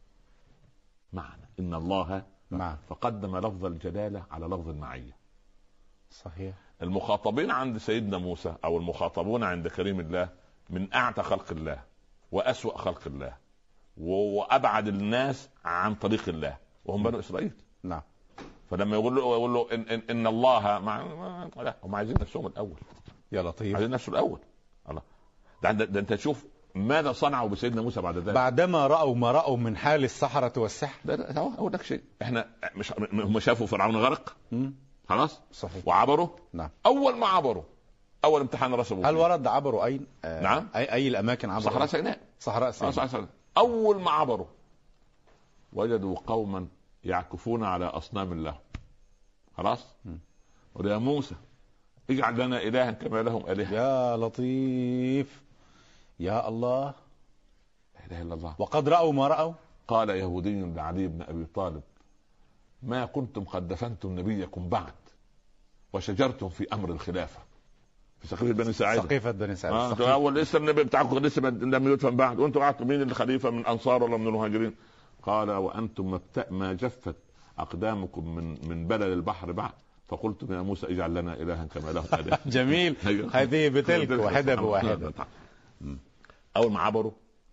Speaker 2: معنا ان الله
Speaker 1: معنا.
Speaker 2: فقدم لفظ الجلالة على لفظ المعية.
Speaker 1: صحيح.
Speaker 2: المخاطبين عند سيدنا موسى او المخاطبون عند كريم الله من اعتى خلق الله واسوأ خلق الله وابعد الناس عن طريق الله وهم بنو اسرائيل.
Speaker 1: نعم.
Speaker 2: فلما يقول له يقول له ان ان, إن الله مع لا هم عايزين نفسهم الاول.
Speaker 1: يا لطيف.
Speaker 2: عايزين نفسه الاول. الله ده, ده, ده انت تشوف ماذا صنعوا بسيدنا موسى بعد ذلك.
Speaker 1: بعدما راوا ما راوا من حال السحرة والسحر.
Speaker 2: ده هو ده شيء. احنا مش هم شافوا فرعون غرق خلاص.
Speaker 1: صحيح.
Speaker 2: وعبروا.
Speaker 1: نعم.
Speaker 2: اول ما عبروا اول امتحان رسبوا.
Speaker 1: هل ورد عبروا اين؟
Speaker 2: آه نعم.
Speaker 1: اي اي الاماكن عبروا؟
Speaker 2: صحراء سيناء.
Speaker 1: صحراء سيناء.
Speaker 2: آه اول ما عبروا وجدوا قوما يعكفون على اصنام لهم. خلاص. وقال يا موسى اجعل لنا الها كما لهم الهه.
Speaker 1: يا لطيف. يا الله.
Speaker 2: لا اله الا الله.
Speaker 1: وقد راوا ما راوا.
Speaker 2: قال يهودي لعلي بن ابي طالب ما كنتم قد دفنتم نبيكم بعد وشجرتم في امر الخلافه في سقيفه بني ساعده.
Speaker 1: سقيفه بني ساعده.
Speaker 2: آه اول لسه النبي بتاعكم لسه لم يدفن بعد وانتم قعدتوا مين الخليفه من انصار ولا من المهاجرين؟ قال وانتم ما جفت اقدامكم من من بلل البحر بعد فقلتم يا موسى اجعل لنا الها كما لهم اله.
Speaker 1: جميل. هذه بتلك واحده بواحده.
Speaker 2: اول ما عبروا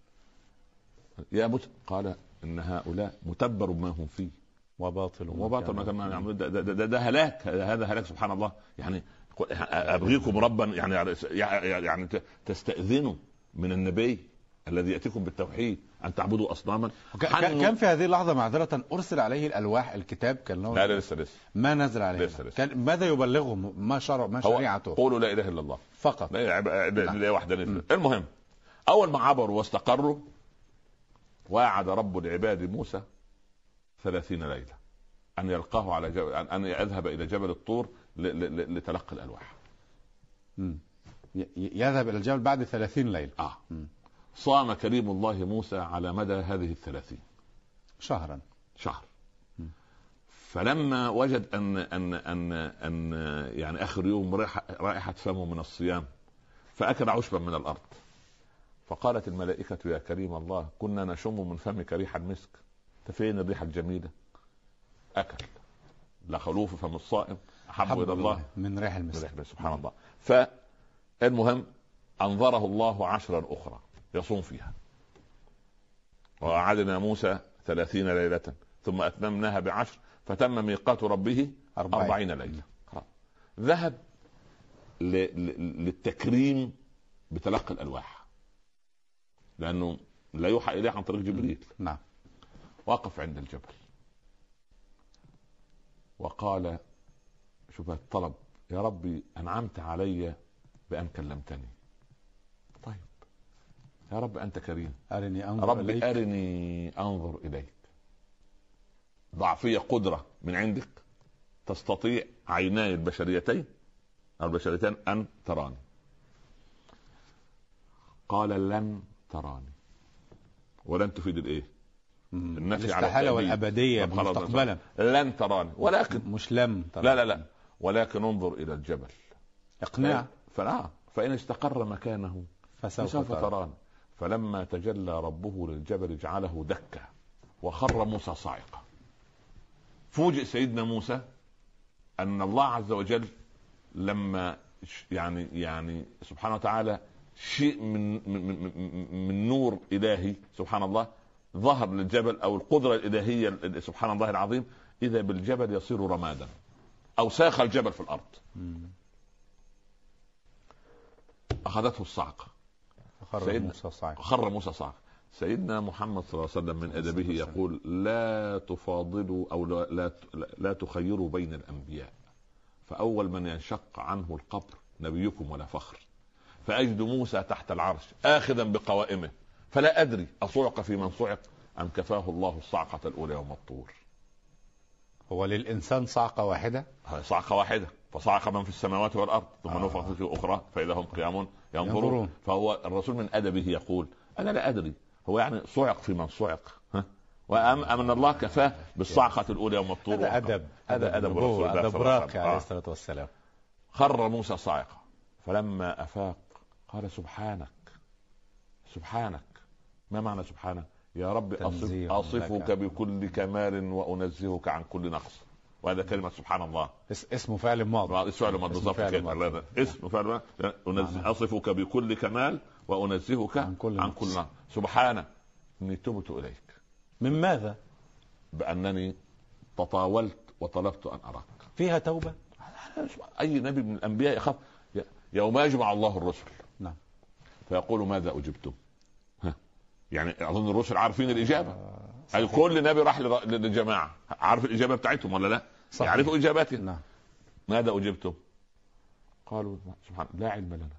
Speaker 2: يا موسى قال ان هؤلاء متبر ما هم فيه
Speaker 1: وباطل
Speaker 2: وباطل ما كانوا يعملون. ده, ده, ده, ده هلاك. هذا هلاك سبحان الله. يعني ابغيكم ربا يعني يعني تستأذنوا من النبي الذي يأتيكم بالتوحيد أن تعبدوا أصناما.
Speaker 1: كان في هذه اللحظة معذرة أرسل عليه الألواح الكتاب كان له؟
Speaker 2: لا لا لسه لسه
Speaker 1: ما نزل عليه.
Speaker 2: لسه لسه.
Speaker 1: كان ماذا يبلغهم؟ ما شرع ما شريعته؟
Speaker 2: قولوا لا إله إلا الله
Speaker 1: فقط.
Speaker 2: لا لا واحدة. المهم أول ما عبروا واستقروا وعد رب العباد موسى ثلاثين ليلة أن يلقاه على جبل أن يذهب إلى جبل الطور لتلقي الألواح.
Speaker 1: م. يذهب إلى الجبل بعد ثلاثين ليلة.
Speaker 2: آه. صام كريم الله موسى على مدى هذه الثلاثين
Speaker 1: شهرا
Speaker 2: شهر. م. فلما وجد أن أن أن أن يعني آخر يوم رائحة فمه من الصيام فأكل عشبا من الأرض فقالت الملائكة يا كريم الله كنا نشم من فمك ريح المسك فين الريحة الجميلة؟ أكل لخلوف فم الصائم أحب إلى الله
Speaker 1: من ريح المسك.
Speaker 2: سبحان الله. فالمهم أنظره الله عشرا أخرى يصوم فيها وأعدنا موسى ثلاثين ليلة ثم أتممناها بعشر فتم ميقات ربه أربعين ليلة. ذهب للتكريم بتلقي الألواح لأنه لا يوحى إليه عن طريق جبريل.
Speaker 1: نعم.
Speaker 2: وقف عند الجبل وقال شوف الطلب يا ربي أنعمت علي بأن كلمتني. طيب يا رب انت كريم،
Speaker 1: ارني انظر
Speaker 2: رب
Speaker 1: إليك.
Speaker 2: ارني انظر اليك. ضعفية قدرة من عندك تستطيع عيناي البشريتين او البشريتين ان تراني. قال لن تراني، ولن تفيد الايه؟ النفي على
Speaker 1: الاستحالة والابدية مستقبلا.
Speaker 2: لن تراني ولكن
Speaker 1: مش لم تراني.
Speaker 2: لا لا لا ولكن انظر الى الجبل.
Speaker 1: اقناع.
Speaker 2: فلا فان استقر مكانه
Speaker 1: فسوف,
Speaker 2: فسوف
Speaker 1: ترى.
Speaker 2: تراني. فلما تجلى ربه للجبل جعله دكا وخر موسى صاعقا. فوجئ سيدنا موسى ان الله عز وجل لما يعني يعني سبحانه وتعالى شيء من من, من, من نور الهي سبحان الله ظهر للجبل او القدره الالهيه سبحان الله العظيم، اذا بالجبل يصير رمادا او ساخ الجبل في الارض. اخذته الصعقه،
Speaker 1: خر موسى صاعقا.
Speaker 2: خر موسى صعقا. سيدنا محمد صلى الله عليه وسلم من ادبه يقول لا تفاضلوا او لا لا, لا تخيروا بين الانبياء، فاول من ينشق عنه القبر نبيكم ولا فخر. فاجد موسى تحت العرش اخذا بقوائمه، فلا ادري اصعق في من صعق ام كفاه الله الصعقه الاولى يوم الطور.
Speaker 1: هو للانسان صعقه واحده؟
Speaker 2: صعقه واحده، فصعق من في السماوات والارض ثم آه. نفخ في اخرى فاذا هم قيام ينظرون. ينظرون. فهو الرسول من ادبه يقول انا لا ادري، هو يعني صعق في من صعق، ها وأم أمن الله كفاه بالصعقة الأولى يوم الطور.
Speaker 1: هذا أدب،
Speaker 2: هذا أدب الرسول
Speaker 1: أدب راقي عليه الصلاة والسلام.
Speaker 2: خر موسى صاعقا فلما أفاق قال سبحانك سبحانك. ما معنى سبحانك؟ يا رب أصف أصفك بكل كمال وأنزهك عن كل نقص. وهذا كلمة سبحان الله
Speaker 1: اسمه فعل ماضي.
Speaker 2: اسمه فعل ماضي بالضبط كده. اسم فعل أنزه أصفك بكل كمال وأنزهك عن كل عن كل نقص. سبحانك إني تبت إليك.
Speaker 1: من ماذا؟
Speaker 2: بأنني تطاولت وطلبت أن أراك.
Speaker 1: فيها توبة؟
Speaker 2: أي نبي من الأنبياء يخاف يوم يجمع الله الرسل.
Speaker 1: نعم.
Speaker 2: فيقول ماذا أجبتم؟ ها. يعني أظن الرسل عارفين الإجابة. آه أي كل نبي راح للجماعة عارف الإجابة بتاعتهم ولا لا؟ صحيح. يعرفوا إجاباتهم.
Speaker 1: نعم.
Speaker 2: ماذا أجبتم؟ قالوا سبحان لا علم لنا.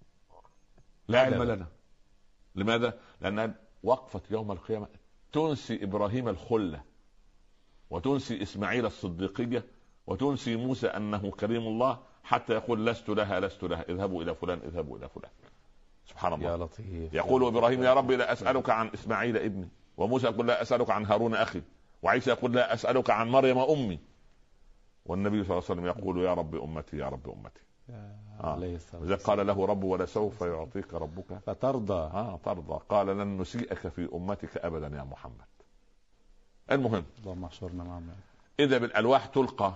Speaker 2: لا علم لنا. لماذا؟ لأن وقفت يوم القيامة تنسي إبراهيم الخلة وتنسي إسماعيل الصديقية وتنسي موسى أنه كريم الله حتى يقول لست لها لست لها اذهبوا إلى فلان اذهبوا إلى فلان. سبحان الله.
Speaker 1: يا لطيف.
Speaker 2: يقول إبراهيم يا رب لا أسألك عن إسماعيل ابني، وموسى يقول لا أسألك عن هارون أخي، وعيسى يقول لا أسألك عن مريم أمي، والنبي صلى الله عليه وسلم يقول يا رب أمتي يا رب أمتي. آه. إذا قال له رب ولا سوف يعطيك ربك
Speaker 1: فترضى.
Speaker 2: آه ترضى. قال لن نسيئك في أمتك أبدا يا محمد. المهم
Speaker 1: اللهم احشرنا معهم.
Speaker 2: إذا بالألواح تلقى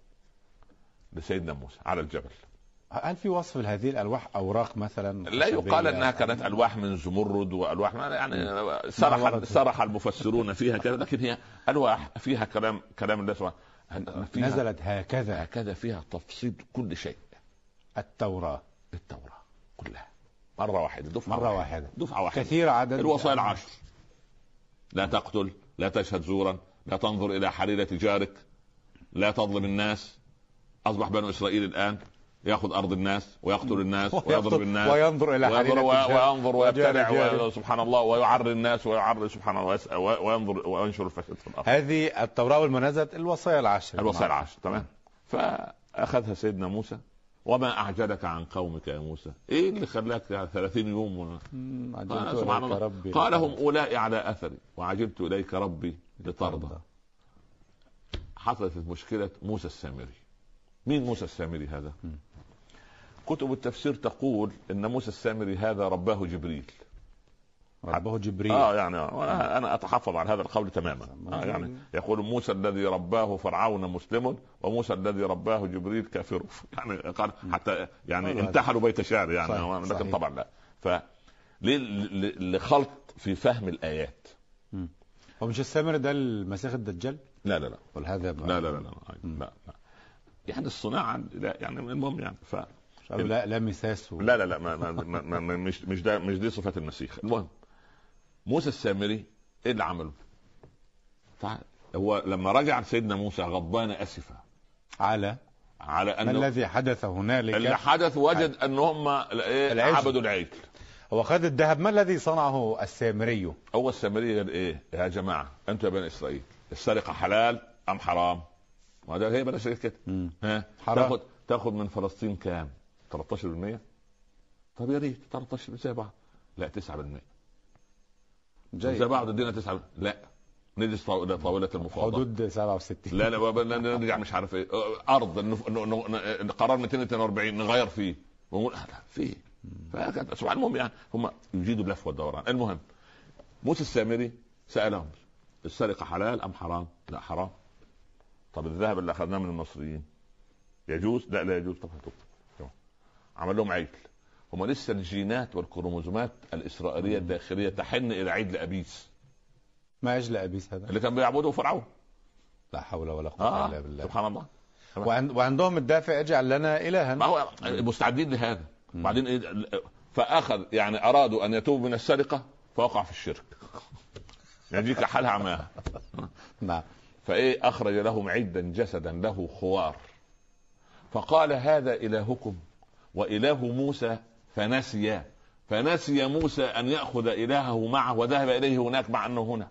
Speaker 2: لسيدنا موسى على الجبل.
Speaker 1: هل في وصف لهذه الألواح أوراق مثلا؟
Speaker 2: لا يقال أنها كانت ألواح من زمرد وألواح يعني صرح صرح المفسرون فيها كذا، لكن هي ألواح فيها كلام كلام الله سبحانه.
Speaker 1: نزلت هكذا
Speaker 2: هكذا فيها تفصيل كل شيء.
Speaker 1: التوراة
Speaker 2: التوراة كلها مرة واحدة دفعة
Speaker 1: مرة واحدة
Speaker 2: دفعة واحدة
Speaker 1: كثير عدد
Speaker 2: الوصايا العشر: لا تقتل، لا تشهد زورا، لا تنظر إلى حليلة جارك، لا تظلم الناس. أصبح بنو إسرائيل الآن يأخذ أرض الناس ويقتل الناس ويضرب الناس
Speaker 1: وينظر إلى حليلة
Speaker 2: وينظر ويبتلع سبحان الله ويعر الناس ويعر سبحان الله وينظر وينشر الفساد في الأرض.
Speaker 1: هذه التوراة والمنازل الوصايا العشر.
Speaker 2: الوصايا العشر تمام. فأخذها سيدنا موسى. وما أعجلك عن قومك يا موسى؟ إيه اللي خلاك ثلاثين يوم و... آه سبحان الله. قال هم أولئك على أثري وعجلت إليك ربي لترضى. حصلت مشكلة موسى السامري. مين موسى السامري هذا؟ م. كتب التفسير تقول إن موسى السامري هذا رباه جبريل.
Speaker 1: رباه جبريل.
Speaker 2: اه يعني انا انا اتحفظ على هذا القول تماما. آه يعني يقول موسى الذي رباه فرعون مسلم وموسى الذي رباه جبريل كافر. يعني قال حتى يعني انتحلوا بيت شعر يعني صحيح. لكن صحيح. طبعا لا. ف لخلط في فهم الايات.
Speaker 1: م. هو مش السامري ده المسيح الدجال؟
Speaker 2: لا لا لا.
Speaker 1: والهذا
Speaker 2: لا لا لا لا, لا, لا. يعني الصناعه لا يعني المهم يعني ف
Speaker 1: لا لا مساس و...
Speaker 2: لا لا لا ما ما ما ما مش مش ده مش دي صفه المسيح. المهم موسى السامري ايه اللي عمله؟ هو لما رجع سيدنا موسى غضبان اسفا
Speaker 1: على
Speaker 2: على
Speaker 1: ان الذي حدث هنالك
Speaker 2: اللي حدث وجد ان هم عبدوا العجل.
Speaker 1: هو خد الذهب، ما الذي صنعه السامري؟
Speaker 2: هو السامري قال ايه يا جماعه انتوا يا بني اسرائيل، السرقه حلال ام حرام؟ ما ده هي بني اسرائيل كده. ها
Speaker 1: حرام.
Speaker 2: تاخد تاخد من فلسطين كام؟ ثلاثة عشر بالمئة. طب يا ريت ثلاثة عشر زي بعض. لا تسعة بالمئة.
Speaker 1: جيد.
Speaker 2: زي بعض ادينا تسعة بالمئة. لا نجلس طاولة طاولة المفاوضات.
Speaker 1: حدود سبعة وستين.
Speaker 2: لا لا لا نرجع مش عارف ايه ارض النف... ن... ن... ن... قرار مئتين واثنين وأربعين نغير فيه ونقول لا فيه. فكانت سبحان المهم يعني هم يجيدوا اللف والدوران. المهم موسى السامري سالهم السرقه حلال ام حرام؟ لا حرام. طب الذهب اللي اخذناه من المصريين يجوز؟ لا لا يجوز. طب هاتوه. عمل لهم عيد. هم لسه الجينات والكروموزومات الاسرائيليه الداخليه تحن الى عيد لابيس.
Speaker 1: ما اجل ابيس هذا
Speaker 2: اللي كان بيعبده فرعون.
Speaker 1: لا حول ولا قوه
Speaker 2: آه
Speaker 1: الا بالله.
Speaker 2: سبحان الله.
Speaker 1: وعند وعندهم الدافع اجعل لنا الها.
Speaker 2: ما هو مستعدين لهذا. بعدين إيه؟ فاخذ يعني ارادوا ان يتوب من السرقه فوقع في الشرك. يجيك حالها عماها.
Speaker 1: نعم.
Speaker 2: فايه اخرج لهم عدا جسدا له خوار فقال هذا الهكم واله موسى فنسيا فنسي موسى ان ياخذ الهه معه وذهب اليه هناك مع انه هنا.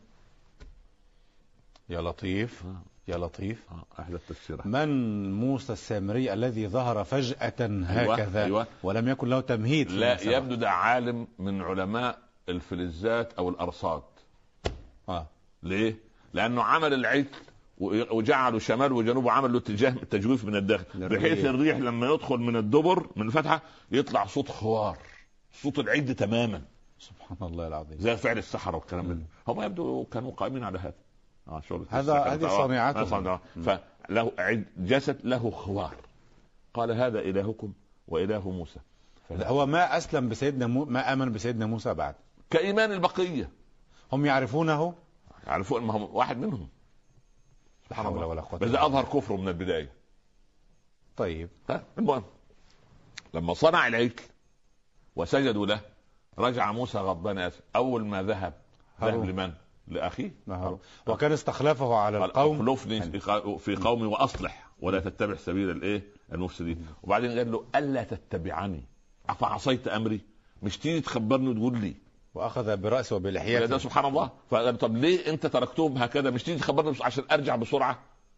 Speaker 1: يا لطيف يا لطيف.
Speaker 2: احلى التفسير.
Speaker 1: من موسى السامري الذي ظهر فجأة هكذا؟
Speaker 2: أيوة.
Speaker 1: ولم يكن له تمهيد.
Speaker 2: لا يبدو ده عالم من علماء الفلزات او الارصاد.
Speaker 1: آه.
Speaker 2: ليه؟ لانه عمل العجل وجعلوا شمال وجنوب وعمل له اتجاه تجويف من الداخل بحيث الريح لما يدخل من الدبر من الفتحه يطلع صوت خوار صوت العجل تماما.
Speaker 1: سبحان الله العظيم.
Speaker 2: زي فعل السحرة والكلام ده. هم يبدو كانوا قائمين على هذا. اه شغل
Speaker 1: هذا هذه صنيعته.
Speaker 2: فله جسد له خوار. قال هذا الهكم واله موسى.
Speaker 1: هو ما اسلم بسيدنا مو... ما امن بسيدنا موسى بعد
Speaker 2: كايمان البقيه.
Speaker 1: هم يعرفونه.
Speaker 2: يعرفون ما هم واحد منهم.
Speaker 1: سبحان الله ولا قوه.
Speaker 2: بس اظهر كفره من البدايه.
Speaker 1: طيب.
Speaker 2: المهم لما صنع العجل وسجدوا له رجع موسى غضبان اسف. اول ما ذهب ذهب لمن؟ لاخيه
Speaker 1: هارون. وكان استخلفه على القوم.
Speaker 2: اخلفني في قومي واصلح ولا تتبع سبيل الايه المفسدين. وبعدين قال له الا تتبعني افعصيت امري. مش تيجي تخبرني وتقول لي.
Speaker 1: واخذ براسه وبلحيته.
Speaker 2: ده سبحان الله. فقال طب ليه انت تركتهم هكذا؟ مش تيجي تخبرني عشان ارجع بسرعه؟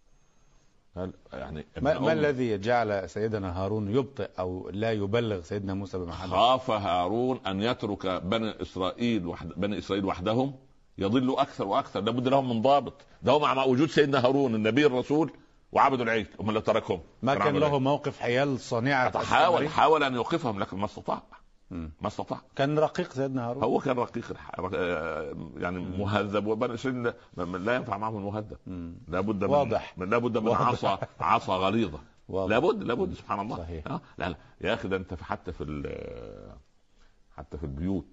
Speaker 2: يعني
Speaker 1: ما, ما الذي جعل سيدنا هارون يبطئ او لا يبلغ سيدنا موسى بما حدث؟
Speaker 2: خاف هارون ان يترك بني اسرائيل وحد بني اسرائيل وحدهم يضلوا اكثر واكثر. لابد لهم من ضابط. ده هم مع وجود سيدنا هارون النبي الرسول وعبدوا العجل. هم اللي تركهم
Speaker 1: ما كان له موقف حيال صنيعه.
Speaker 2: حاول حاول ان يوقفهم لكن ما استطاع. ما استطاع.
Speaker 1: كان رقيق سيدنا هارون.
Speaker 2: هو كان رقيق يعني مهذب. وبني اسرائيل لا ينفع معهم المهذب. لابد من
Speaker 1: واضح.
Speaker 2: لابد من عصا عصا غليظه. لابد لابد سبحان الله.
Speaker 1: صحيح.
Speaker 2: لا لا يا اخي ده انت حتى في حتى في البيوت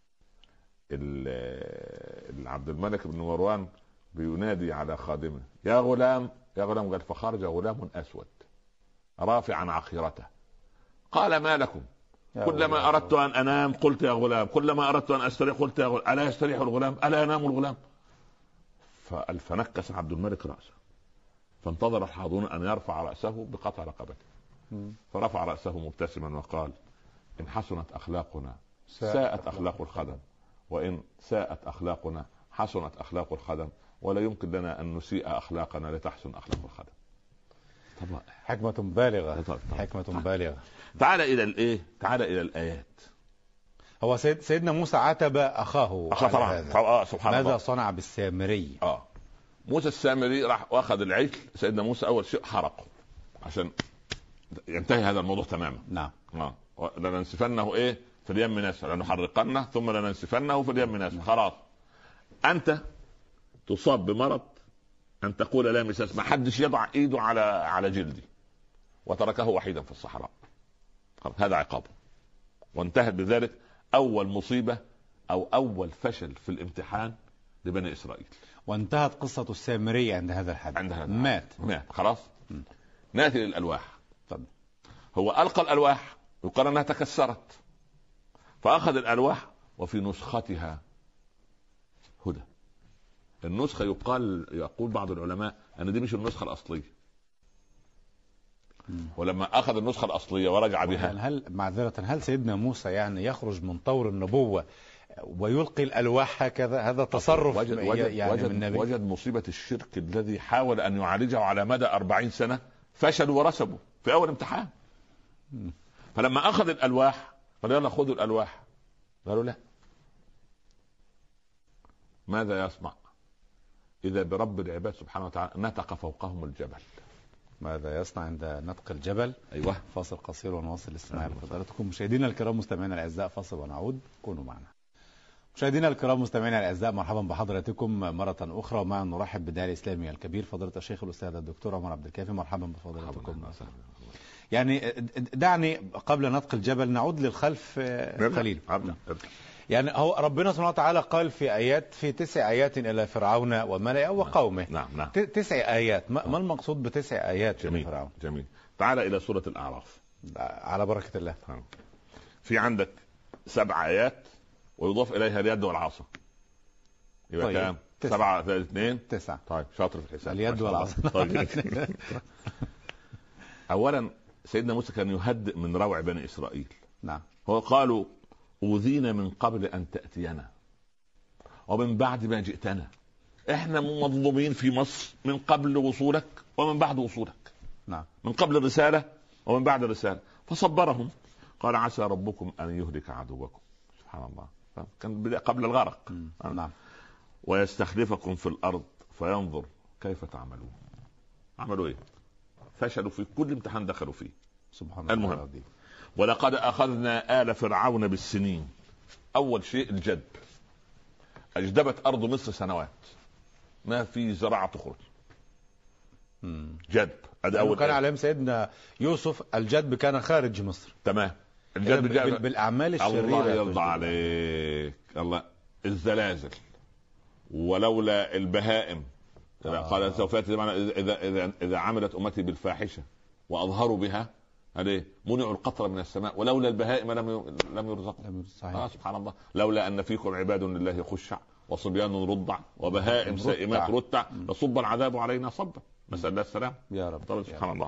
Speaker 2: عبد الملك بن مروان بينادي على خادمه يا غلام يا غلام. قال فخرج غلام اسود رافعا عخيرته قال ما لكم؟ كلما اردت ان انام قلت يا غلام كلما اردت ان استريح قلت يا غلام الا يستريح الغلام الا ينام الغلام. فنكس عبد الملك راسه فانتظر الحاضرون ان يرفع راسه بقطع رقبته. فرفع راسه مبتسما وقال ان حسنت اخلاقنا ساءت اخلاق الخدم وان ساءت اخلاقنا حسنت اخلاق الخدم ولا يمكن لنا ان نسيء اخلاقنا لتحسن اخلاق الخدم. طبعا
Speaker 1: حكمة بالغة. حكمة بالغة.
Speaker 2: تعال الى الايه؟ تعال الى الايات.
Speaker 1: هو سيد سيدنا موسى عاتب اخاه.
Speaker 2: اخاه طبعا. آه سبحان
Speaker 1: ماذا
Speaker 2: الله.
Speaker 1: صنع بالسامري؟
Speaker 2: اه موسى السامري راح واخذ العجل. سيدنا موسى اول شيء حرقه عشان ينتهي هذا الموضوع تماما.
Speaker 1: نعم.
Speaker 2: اه لننسفنه ايه في اليم نسفا لنحرقنه ثم لننسفنه في اليم نسفا. خلاص انت تصاب بمرض ان تقول لا مساس. ما حدش يضع ايده على على جلدي. وتركه وحيدا في الصحراء. هذا عقابه. وانتهت بذلك اول مصيبه او اول فشل في الامتحان لبني اسرائيل.
Speaker 1: وانتهت قصة السامري عند هذا الحد.
Speaker 2: عند هذا
Speaker 1: مات
Speaker 2: مات خلاص. م. ناتي للالواح.
Speaker 1: طب.
Speaker 2: هو القى الالواح يقال انها تكسرت فاخذ الالواح وفي نسختها هدى. النسخه يقال يقول بعض العلماء ان دي مش النسخه الاصليه. ولما اخذ النسخه الاصليه ورجع بها.
Speaker 1: يعني هل معذره هل سيدنا موسى يعني يخرج من طور النبوه ويلقي الالواح هكذا؟ هذا تصرف
Speaker 2: وجد وجد
Speaker 1: يعني
Speaker 2: وجد,
Speaker 1: من النبي.
Speaker 2: وجد مصيبه الشرك الذي حاول ان يعالجه على مدى أربعين سنه، فشلوا ورسبوا في اول امتحان. فلما اخذ الالواح قال يلا خذوا الالواح، قالوا لا. ماذا يصنع اذا برب العباد سبحانه وتعالى نطق فوقهم الجبل؟
Speaker 1: ماذا يصنع عند نطق الجبل؟
Speaker 2: ايوه.
Speaker 1: فاصل قصير ونواصل الاستماع لحضراتكم. مشاهدينا الكرام مستمعينا الاعزاء، فاصل ونعود، كونوا معنا. مشاهدينا الكرام مستمعينا الاعزاء، مرحبا بحضراتكم مره اخرى، ومعنا نرحب بالداعي الاسلامي الكبير فضيله الشيخ الاستاذ الدكتور عمر عبد الكافي. مرحبا بفضيلتكم. يعني دعني قبل نطق الجبل نعود للخلف قليلا. يعني هو ربنا سبحانه وتعالى قال في آيات، في تسع آيات إلى فرعون وملئه وقومه.
Speaker 2: نعم نعم.
Speaker 1: تسع آيات، ما, ما المقصود بتسع آيات
Speaker 2: جميل.
Speaker 1: إلى فرعون؟
Speaker 2: جميل. تعال إلى سورة الأعراف
Speaker 1: على بركة الله.
Speaker 2: في عندك سبع آيات ويضاف إليها اليد والعصا، يبقى طيب. كام؟ سبعة ثلاثة اثنين
Speaker 1: تسعة.
Speaker 2: طيب شاطر في الحساب.
Speaker 1: اليد والعصا.
Speaker 2: طيب. أولا سيدنا موسى كان يهدئ من روع بني إسرائيل.
Speaker 1: نعم.
Speaker 2: هو قالوا أوذينا من قبل أن تأتينا ومن بعد ما جئتنا. احنا مظلومين في مصر من قبل وصولك ومن بعد وصولك.
Speaker 1: نعم.
Speaker 2: من قبل الرسالة ومن بعد الرسالة. فصبرهم. قال عسى ربكم أن يهلك عدوكم. سبحان الله. كان قبل الغرق.
Speaker 1: نعم.
Speaker 2: ويستخلفكم في الأرض فينظر كيف تعملون. عملوا ايه؟ فشلوا في كل امتحان دخلوا فيه.
Speaker 1: سبحان الله.
Speaker 2: المهم، ولقد أخذنا آل فرعون بالسنين. أول شيء الجدب. أجدبت أرض مصر سنوات ما في زراعة تخرج. جدب. هذا أول.
Speaker 1: كان عليهم سيدنا يوسف الجدب كان خارج مصر.
Speaker 2: تمام. الجدب
Speaker 1: يعني بالأعمال الشريرة.
Speaker 2: الله يرضى عليك. الله. الزلازل ولولا البهائم. آه. قال سوف يأتي إذا إذا إذا عملت أمتي بالفاحشة وأظهروا بها عليه منعوا القطر من السماء ولولا البهائم لم لم يرزقوا. آه سبحان الله. لولا ان فيكم عباد لله خشع وصبيان رضع وبهائم سائمات رتع لصب العذاب علينا صبا. نسأل الله السلام
Speaker 1: يا رب.
Speaker 2: طبعا سبحان الله.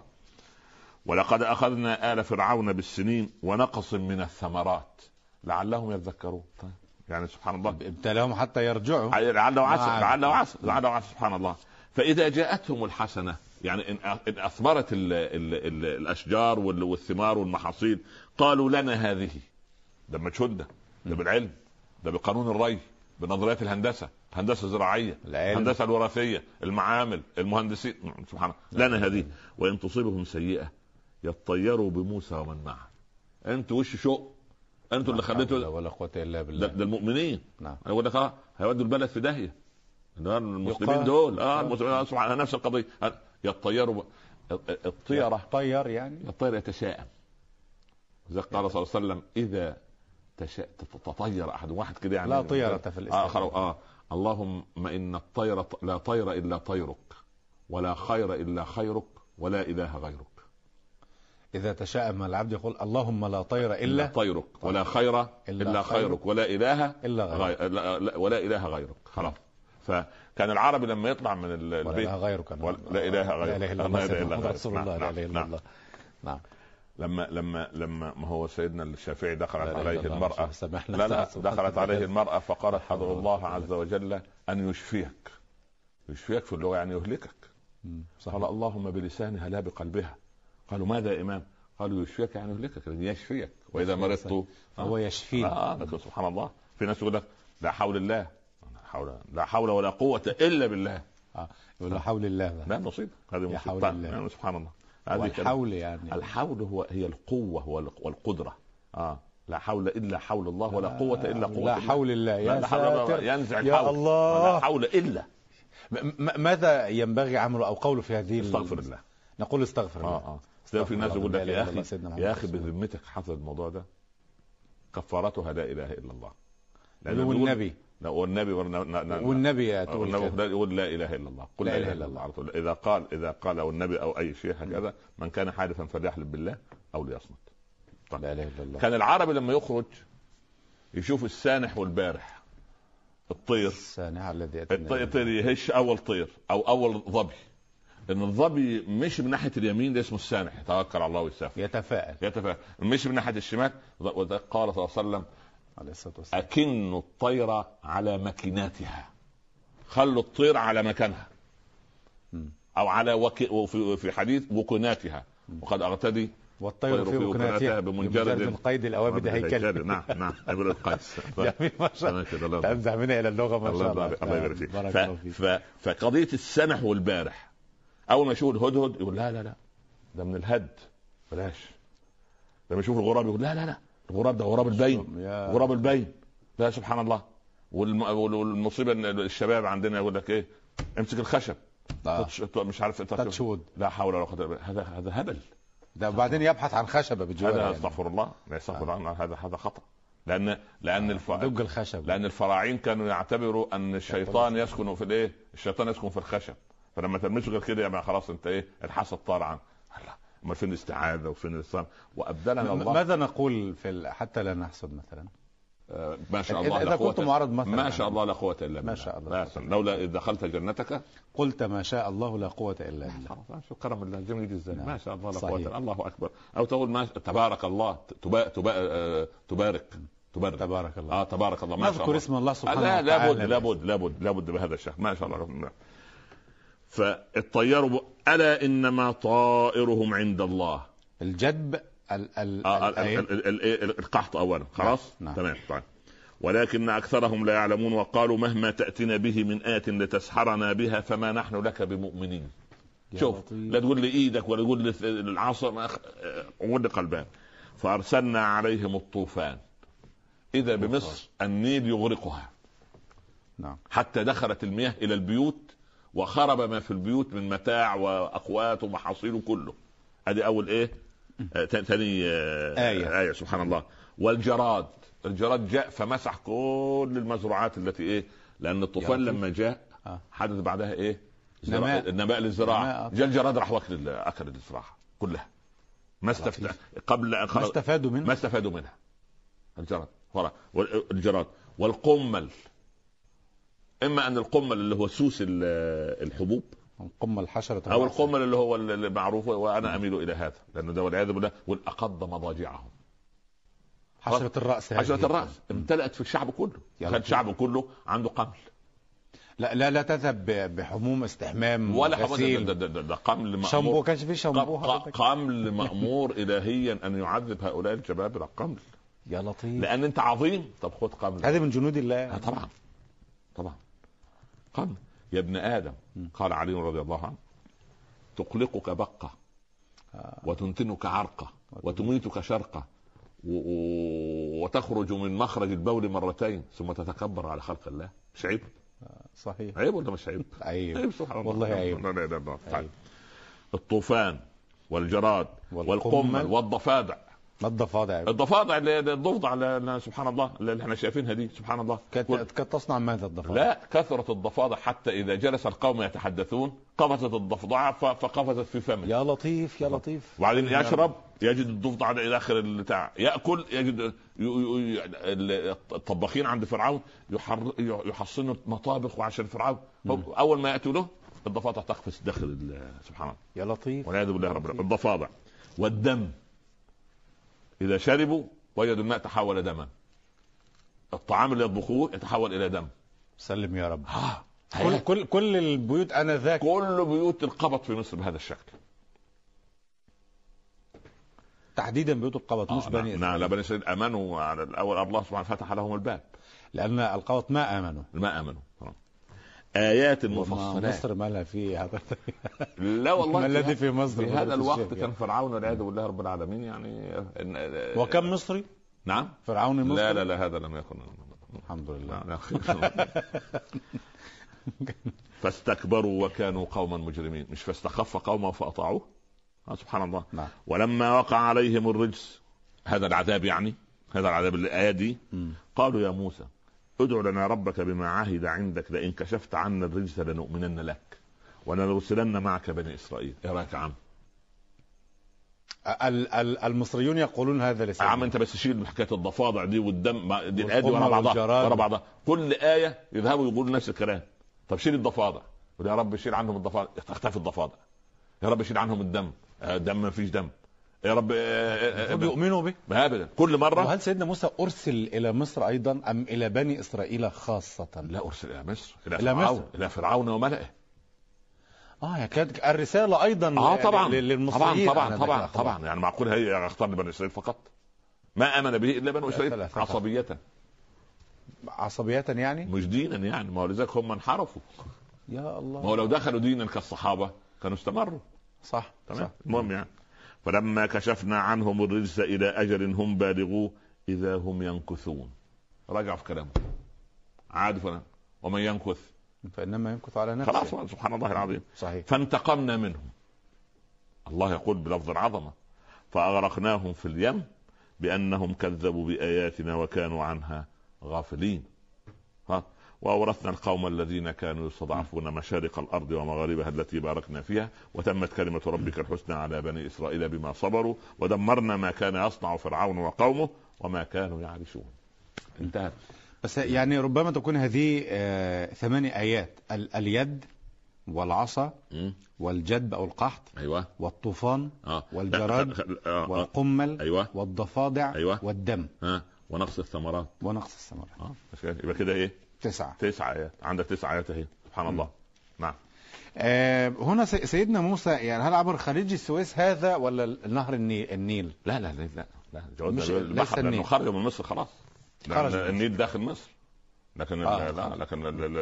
Speaker 2: ولقد اخذنا آل فرعون بالسنين ونقص من الثمرات لعلهم يذكرون. طيب. يعني سبحان الله
Speaker 1: ابتلاهم حتى يرجعوا.
Speaker 2: لعله عسى لعله عسى لعله عسى سبحان الله. فاذا جاءتهم الحسنه، يعني ان اثمرت ال ال ال الاشجار والثمار والمحاصيل، قالوا لنا هذه. ده مجهود، ده ده بالعلم، ده بقانون الري، بنظريات الهندسه، هندسه زراعيه، الهندسه الوراثيه، المعامل، المهندسين. سبحان الله. لنا هذه. وان تصيبهم سيئه يطيروا بموسى ومن معه. انتوا وش شوق، انتوا اللي خليتوا
Speaker 1: ولا قوه الا بالله.
Speaker 2: ده المؤمنين.
Speaker 1: نعم.
Speaker 2: انا اقول لك اه هيودوا البلد في داهيه. المسلمين دول اه المسلمين سبحان نفس القضيه. يطيروا الطيره
Speaker 1: طير يعني
Speaker 2: الطير يتشائم. زي قال صلى الله عليه وسلم اذا تشاء تطير احد واحد كده يعني
Speaker 1: لا طيره في الاسلام.
Speaker 2: اخر اه اللهم ان الطير لا طير الا طيرك ولا خير الا خيرك ولا اله غيرك.
Speaker 1: إذا تشاءم العبد يقول اللهم لا طير إلا
Speaker 2: طيرك ولا خير إلا, إلا خيرك ولا إله إلا غيرك غير ولا إله غيرك. خلاص. فكان العربي لما يطلع من البيت
Speaker 1: ولا إله غيرك
Speaker 2: ولا لا إله غيرك
Speaker 1: لا إله إلا الله محمد رسول الله لا إله إلا الله.
Speaker 2: نعم. لما لما لما ما هو سيدنا الشافعي دخلت عليه المرأة لا لا دخلت عليه المرأة فقالت حضر الله عز وجل أن يشفيك. يشفيك في اللغة يعني يهلكك. قال اللهم بلسانها لا بقلبها. قالوا ماذا يا إمام؟ قالوا يشفيك يعني يهلكك، يشفيك وإذا مرضت
Speaker 1: هو يشفيك.
Speaker 2: آه سبحان الله. في ناس يقول لك لا حول الله حول لا حول ولا قوة إلا بالله.
Speaker 1: آه. لا حول الله
Speaker 2: لا مصيبة. هذه مصيبة يعني سبحان الله.
Speaker 1: هذه الحول يعني
Speaker 2: الحول هو هي القوة والقدرة. آه لا حول إلا حول الله ولا قوة إلا قوة
Speaker 1: لا حول الله. يا ساتر
Speaker 2: ينزع
Speaker 1: الحول. يا الله.
Speaker 2: لا حول إلا.
Speaker 1: ماذا ينبغي عمله أو قوله في هذه؟
Speaker 2: استغفر الله.
Speaker 1: نقول استغفر الله.
Speaker 2: آه آه. في ناس يقول لك يا أخي يا أخي بذمتك حفظ الموضوع ده كفارتها لا إله إلا الله.
Speaker 1: والنبي
Speaker 2: لا والنبي
Speaker 1: والنبي
Speaker 2: يقول لا إله إلا الله. قل لا إله إلا الله. إذا قال إذا قال أو النبي أو أي شيء هكذا من كان حالفا فليحلف بالله أو ليصمت.
Speaker 1: طيب. لا إله إلا الله.
Speaker 2: كان العربي لما يخرج يشوف السانح والبارح. الطير
Speaker 1: السانح الذي
Speaker 2: الطير يهش أول طير أو أول ظبي ان الظبي مش من ناحيه اليمين، ده اسمه السانح، يتوكل على الله ويسافر،
Speaker 1: يتفائل
Speaker 2: يتفائل. مش من ناحيه الشمال، وده قال صلى الله عليه وسلم
Speaker 1: عليه الصلاة والسلام
Speaker 2: اكن الطير على مكيناتها، خلوا الطير على مكانها، او على وك... وفي في حديث وكناتها، وقد اغتدي
Speaker 1: والطير في وكناتها بمجرد القيد الاوابد هيكل.
Speaker 2: نعم نعم ابن القيس.
Speaker 1: جميل ما شاء الله، تنزع منها الى اللغه ما شاء الله.
Speaker 2: الله يبارك فيك. ف... فقضيه السنح والبارح، اول ما يشوف الهدهد يقول لا لا لا ده من الهد بلاش، لما يشوف الغراب يقول لا لا لا الغراب ده غراب البين، غراب البين. لا سبحان الله. والم... والمصيبه ان الشباب عندنا يقول لك ايه، امسك الخشب آه. مش عارف
Speaker 1: تشود.
Speaker 2: لا حول ولا قوه، هذا هذا هبل
Speaker 1: ده. وبعدين يبحث عن خشبه بجواره،
Speaker 2: هذا استغفر الله لا استغفر الله، هذا هذا خطا. لان لان الف...
Speaker 1: دق الخشب،
Speaker 2: لان الفراعين كانوا يعتبروا ان الشيطان يسكن في الايه، الشيطان يسكن في الخشب، فلما تلمسه غير كده يعني خلاص انت ايه، الحسد طار عنه. امال فين الاستعاذه وفين الصلاة؟ وابدلنا الله.
Speaker 1: ماذا نقول في ال... حتى لا نحسد مثلا؟
Speaker 2: آه ما شاء الله
Speaker 1: إذا كنت معرض مثلا،
Speaker 2: ما شاء الله لا قوه الا بالله،
Speaker 1: ما شاء الله،
Speaker 2: لولا اذا دخلت جنتك
Speaker 1: قلت ما شاء الله لا قوه الا بالله.
Speaker 2: شو كرم الله جميل جدا. نعم. ما شاء الله لا قوه الا الله اكبر. او تقول ما تبارك الله، تبا... تبا... تبارك تبارك
Speaker 1: تبارك الله.
Speaker 2: اه تبارك الله، ما شاء الله.
Speaker 1: نذكر اسم الله سبحانه
Speaker 2: لا
Speaker 1: وتعالى.
Speaker 2: لابد لابد لابد لابد بهذا الشيء، ما شاء الله. فالطيار ب... الا انما طائرهم عند الله.
Speaker 1: الجدب ال ال
Speaker 2: آه ال ال ال ال القحط اولا خلاص. نعم. تمام طيب. ولكن اكثرهم لا يعلمون وقالوا مهما تاتنا به من آية لتسحرنا بها فما نحن لك بمؤمنين. شوف لطيب. لا تقول لي ايدك ولا تقول لي العصا، قول لي قلبان. فارسلنا عليهم الطوفان اذا بمصر النيل يغرقها.
Speaker 1: نعم.
Speaker 2: حتى دخلت المياه الى البيوت وخرب ما في البيوت من متاع واقوات ومحاصيل كله. هذه اول ايه آه ثاني آه آية. آية سبحان الله. والجراد، الجراد جاء فمسح كل المزروعات التي ايه، لان الطوفان لما جاء آه. حدث بعدها ايه،
Speaker 1: نماء
Speaker 2: النماء للزراعه. جاء الجراد راح واكل اكل الزراعه كلها، ما استفاد قبل
Speaker 1: ما استفادوا منها،
Speaker 2: ما استفادوا منها الجراد. والجراد والقمل، اما ان القمل اللي هو سوس الحبوب،
Speaker 1: القمل حشرة،
Speaker 2: او القمل اللي هو المعروف، وانا اميل الى هذا لانه ده والعياذ بالله. والاقض مضاجعهم،
Speaker 1: حشرة الراس.
Speaker 2: حشرة الراس امتلأت في الشعب كله، كان الشعب كله عنده قمل.
Speaker 1: لا لا لا تذهب بحموم استحمام
Speaker 2: ولا حموم، ده, ده, ده, ده قمل مأمور.
Speaker 1: شامبو كانش فيه شامبو.
Speaker 2: قمل مأمور الهيا ان يعذب هؤلاء الجبابرة. قمل
Speaker 1: يا لطيف،
Speaker 2: لان انت عظيم. طب خد قمل،
Speaker 1: هذه من جنود الله.
Speaker 2: طبعا طبعا. قمل يا ابن ادم، قال علي رضي الله عنه تقلقك بقة وتنتنك عرقة وتميتك شرقة وتخرج من مخرج البول مرتين ثم تتكبر على خلق الله. مش عيب؟
Speaker 1: صحيح.
Speaker 2: عيب ولا مش عيب؟
Speaker 1: عيب,
Speaker 2: عيب سبحان الله.
Speaker 1: والله عيب.
Speaker 2: لا لا لا عيب. الطوفان والجراد والقمل والضفادع.
Speaker 1: الضفادع
Speaker 2: الضفادع اللي الضفدع اللي سبحان الله اللي احنا شايفينها دي سبحان الله.
Speaker 1: كانت تصنع ماذا الضفادع؟
Speaker 2: لا كثرة الضفادع حتى إذا جلس القوم يتحدثون قفزت الضفدعة فقفزت في فمه.
Speaker 1: يا لطيف يا لطيف.
Speaker 2: وبعدين يشرب يجد الضفدع إلى آخر البتاع. يأكل يجد الطباخين عند فرعون يحصنوا مطابخ وعشان فرعون أول ما يأتوا له الضفادع تقفز داخل سبحان الله.
Speaker 1: يا لطيف.
Speaker 2: والعياذ بالله رب العالمين. الضفادع والدم إذا شربوا وجدوا الماء تحول دما. الطعام اللي يطبخوه يتحول إلى دم.
Speaker 1: سلم يا رب.
Speaker 2: ها.
Speaker 1: كل كل كل البيوت أنا ذاك.
Speaker 2: كل بيوت القبط في مصر بهذا الشكل.
Speaker 1: تحديدا بيوت القبط مش بني إسرائيل.
Speaker 2: نعم لا بني إسرائيل آمنوا على الأول الله سبحانه فتح لهم الباب.
Speaker 1: لأن القبط ما آمنوا.
Speaker 2: ما آمنوا. آيات مفصلات.
Speaker 1: مصر ما لها فيه حضرتك.
Speaker 2: لا والله.
Speaker 1: ما الذي في مصر
Speaker 2: في هذا الوقت كان فرعون والعياذ بالله رب العالمين يعني.
Speaker 1: وكم مصري؟
Speaker 2: نعم.
Speaker 1: فرعون المصري.
Speaker 2: لا لا لا هذا لم يكن.
Speaker 1: الحمد لله.
Speaker 2: فاستكبروا وكانوا قوما مجرمين. مش فاستخف قوما فأطاعوه. سبحان الله.
Speaker 1: نعم.
Speaker 2: ولما وقع عليهم الرجس هذا العذاب يعني هذا العذاب الآية دي قالوا يا موسى ادع لنا ربك بما عهد عندك لئن كشفت عنا الرجس لنؤمنن لك ولنرسلن معك بني إسرائيل. ايه رايك يا عم؟
Speaker 1: المصريون يقولون هذا لسان.
Speaker 2: عم انت بس شيل حكايه الضفادع دي والدم دي الايه دي ورا بعضها ورا بعضها كل ايه يذهبوا يقولوا نفس الكلام. طب شيل الضفادع يا رب شيل عنهم الضفادع تختفي الضفادع. يا رب شيل عنهم الدم، دم ما فيش دم يا رب.
Speaker 1: بيؤمنوا به
Speaker 2: ابدا كل مره.
Speaker 1: وهل سيدنا موسى ارسل الى مصر ايضا ام الى بني اسرائيل خاصه؟
Speaker 2: لا ارسل الى مصر، الى,
Speaker 1: إلى
Speaker 2: فرعون
Speaker 1: مصر.
Speaker 2: الى فرعون وملئه.
Speaker 1: اه كانت الرساله ايضا
Speaker 2: اه طبعا
Speaker 1: للمصريين.
Speaker 2: طبعا طبعا طبعا, طبعا. يعني معقول هي اختار لبني اسرائيل فقط؟ ما امن به الا بني اسرائيل عصبيه.
Speaker 1: عصبيه يعني
Speaker 2: مش دينا يعني، ما هو لذلك هم انحرفوا.
Speaker 1: يا الله.
Speaker 2: ما هو لو دخلوا دينا كالصحابه كانوا استمروا.
Speaker 1: صح
Speaker 2: تمام. المهم يعني فلما كشفنا عنهم الرجس الى اجل هم بالغوه اذا هم ينكثون. رجعوا في كلامه عادوا فلان. ومن ينكث
Speaker 1: فانما ينكث على نفسه.
Speaker 2: خلاص سبحان الله العظيم.
Speaker 1: صحيح.
Speaker 2: فانتقمنا منهم. الله يقول بلفظ العظمه فاغرقناهم في اليم بانهم كذبوا باياتنا وكانوا عنها غافلين. ها وأورثنا القوم الذين كانوا يستضعفون مشارق الأرض ومغاربها التي باركنا فيها وتمت كلمة ربك الحسنى على بني إسرائيل بما صبروا ودمرنا ما كان يصنع فرعون وقومه وما كانوا يعرشون. انتهت.
Speaker 1: بس يعني ربما تكون هذه آه ثماني آيات. اليد والعصا م? والجدب أو القحط.
Speaker 2: أيوة.
Speaker 1: والطوفان.
Speaker 2: آه.
Speaker 1: والجراد. آه. والقمل.
Speaker 2: أيوة.
Speaker 1: والضفادع.
Speaker 2: أيوة.
Speaker 1: والدم.
Speaker 2: آه. ونقص الثمرات.
Speaker 1: ونقص الثمرات.
Speaker 2: آه. يبقى كده إيه؟
Speaker 1: تسعة.
Speaker 2: تسعة آيات. عندك تسعة آيات اهي. سبحان م. الله. نعم.
Speaker 1: آه هنا سيدنا موسى يعني هل عبر خليج السويس هذا ولا نهر النيل؟ النيل.
Speaker 2: لا لا لا لا, لا.
Speaker 1: مش
Speaker 2: البحر لأنه خرج من مصر خلاص.
Speaker 1: خرج
Speaker 2: النيل داخل مصر. لكن
Speaker 1: آه.
Speaker 2: لا لكن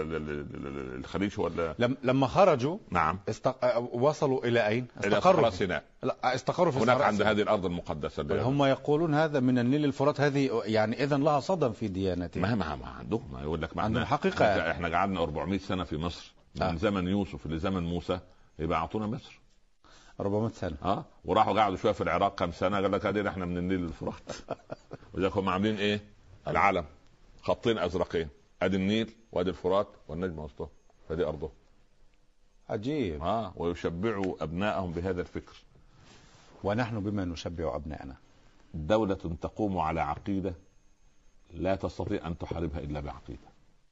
Speaker 2: الخليج هو
Speaker 1: لما خرجوا.
Speaker 2: نعم.
Speaker 1: استق... وصلوا الى اين؟
Speaker 2: استقروا في سيناء.
Speaker 1: لا استقروا في
Speaker 2: هناك عند هذه الارض المقدسه.
Speaker 1: هم يقولون هذا من النيل الفرات. هذه يعني اذا لها صدى في ديانتهم.
Speaker 2: ما ما, ما عندهم. ما يقول لك ما
Speaker 1: عندهم حقيقه.
Speaker 2: احنا, احنا قعدنا أربعمائة سنه في مصر من آه. زمن يوسف لزمن موسى. يبقى اعطونا مصر
Speaker 1: أربعمائة سنه.
Speaker 2: اه وراحوا قعدوا شويه في العراق كم سنه قال لك هذه احنا من النيل الفرات. وذاك هم عاملين ايه؟ العلم خطين ازرقين. ادي النيل وادي الفرات والنجم وسطهم. فدي ارضهم.
Speaker 1: عجيب.
Speaker 2: اه ويشبعوا ابنائهم بهذا الفكر.
Speaker 1: ونحن بما نشبع ابنائنا.
Speaker 2: دولة تقوم على عقيدة لا تستطيع ان تحاربها الا بعقيدة.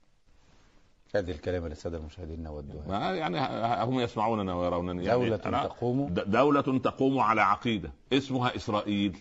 Speaker 1: هذه الكلمة للسادة المشاهدين نودها.
Speaker 2: يعني هم يسمعوننا ويرونني.
Speaker 1: دولة
Speaker 2: يعني
Speaker 1: تقوم
Speaker 2: دولة تقوم على عقيدة اسمها اسرائيل.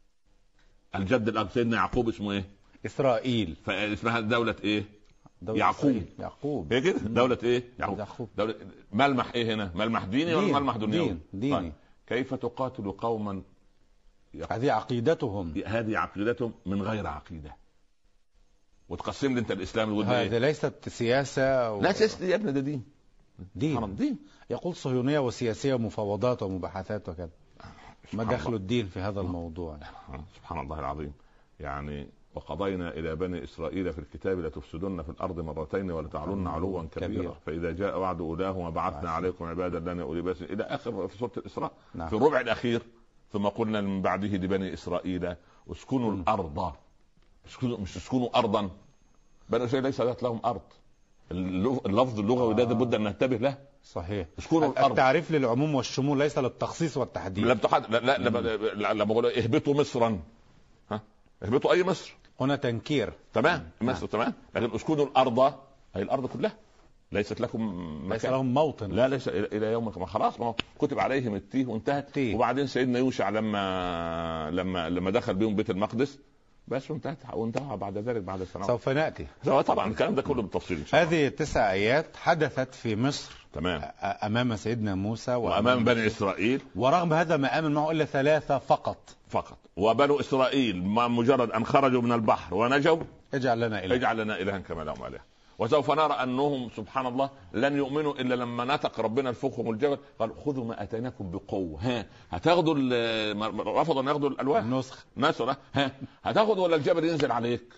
Speaker 2: الجد الاب سيدنا يعقوب اسمه ايه؟ اسرائيل. فاسمها دولة ايه؟ دولة يعقوب.
Speaker 1: يعقوب
Speaker 2: هي كده. دولة ايه؟ يعقوب. يعقوب. دولة ملمح ايه هنا؟ ملمح ديني دين. ولا ملمح دنيوي؟
Speaker 1: دين. ديني. طيب.
Speaker 2: كيف تقاتل قوما
Speaker 1: هذه عقيدتهم.
Speaker 2: هذه عقيدتهم من غير عقيدة. وتقسم لي انت الاسلام
Speaker 1: هذه إيه؟ ليست سياسة و...
Speaker 2: لا سياسة يا ابني ده دين.
Speaker 1: دين.
Speaker 2: دين.
Speaker 1: يقول صهيونية وسياسية ومفاوضات ومباحثات وكذا. ما دخل الدين في هذا الموضوع؟
Speaker 2: سبحان الله العظيم. يعني وقضينا إلى بني إسرائيل في الكتاب لتفسدن في الأرض مرتين ولتعلن علوا كبيرا فإذا جاء وعد أولاهما بعثنا عليكم عبادا لنا أولي بأس إلى آخر في سورة الإسراء. نعم. في الربع الأخير ثم قلنا من بعده لبني إسرائيل اسكنوا الأرض. اسكنوا مش اسكنوا أرضا. بني إسرائيل ليس لهم أرض. اللفظ اللغوي ده لابد أن ننتبه له.
Speaker 1: صحيح.
Speaker 2: اسكنوا الأرض.
Speaker 1: التعريف للعموم والشمول ليس للتخصيص والتحديد.
Speaker 2: لا لا لا لا لما بقول اهبطوا مصرا ها اهبطوا أي مصر.
Speaker 1: هنا تنكير.
Speaker 2: تمام. مصر تمام. لكن اسكنوا الارض هي الارض كلها ليست لكم مكان.
Speaker 1: ليس لهم موطن.
Speaker 2: لا ليس الى يوم ما خلاص ما كتب عليهم التيه وانتهت.
Speaker 1: تيه.
Speaker 2: وبعدين سيدنا يوشع لما لما لما دخل بهم بيت المقدس بس وانتهت وانتهى بعد ذلك بعد سنوات.
Speaker 1: سوف ناتي.
Speaker 2: طبعا الكلام ده كله بالتفصيل ان شاء الله.
Speaker 1: هذه التسع ايات حدثت في مصر.
Speaker 2: تمام.
Speaker 1: امام سيدنا موسى
Speaker 2: وامام بني اسرائيل.
Speaker 1: ورغم هذا ما امن معه الا ثلاثه فقط.
Speaker 2: فقط. وبنو اسرائيل ما مجرد ان خرجوا من البحر ونجوا
Speaker 1: اجعل لنا اله
Speaker 2: اجعل لنا الها كما لهم اله. وسوف نرى انهم سبحان الله لن يؤمنوا الا لما نطق ربنا الفوقهم الجبل قال خذوا ما اتيناكم بقوه. ها هتاخذوا رفضوا ان ياخذوا الالواح
Speaker 1: النسخ
Speaker 2: نسخ. ها هتاخذوا ولا الجبل ينزل عليك.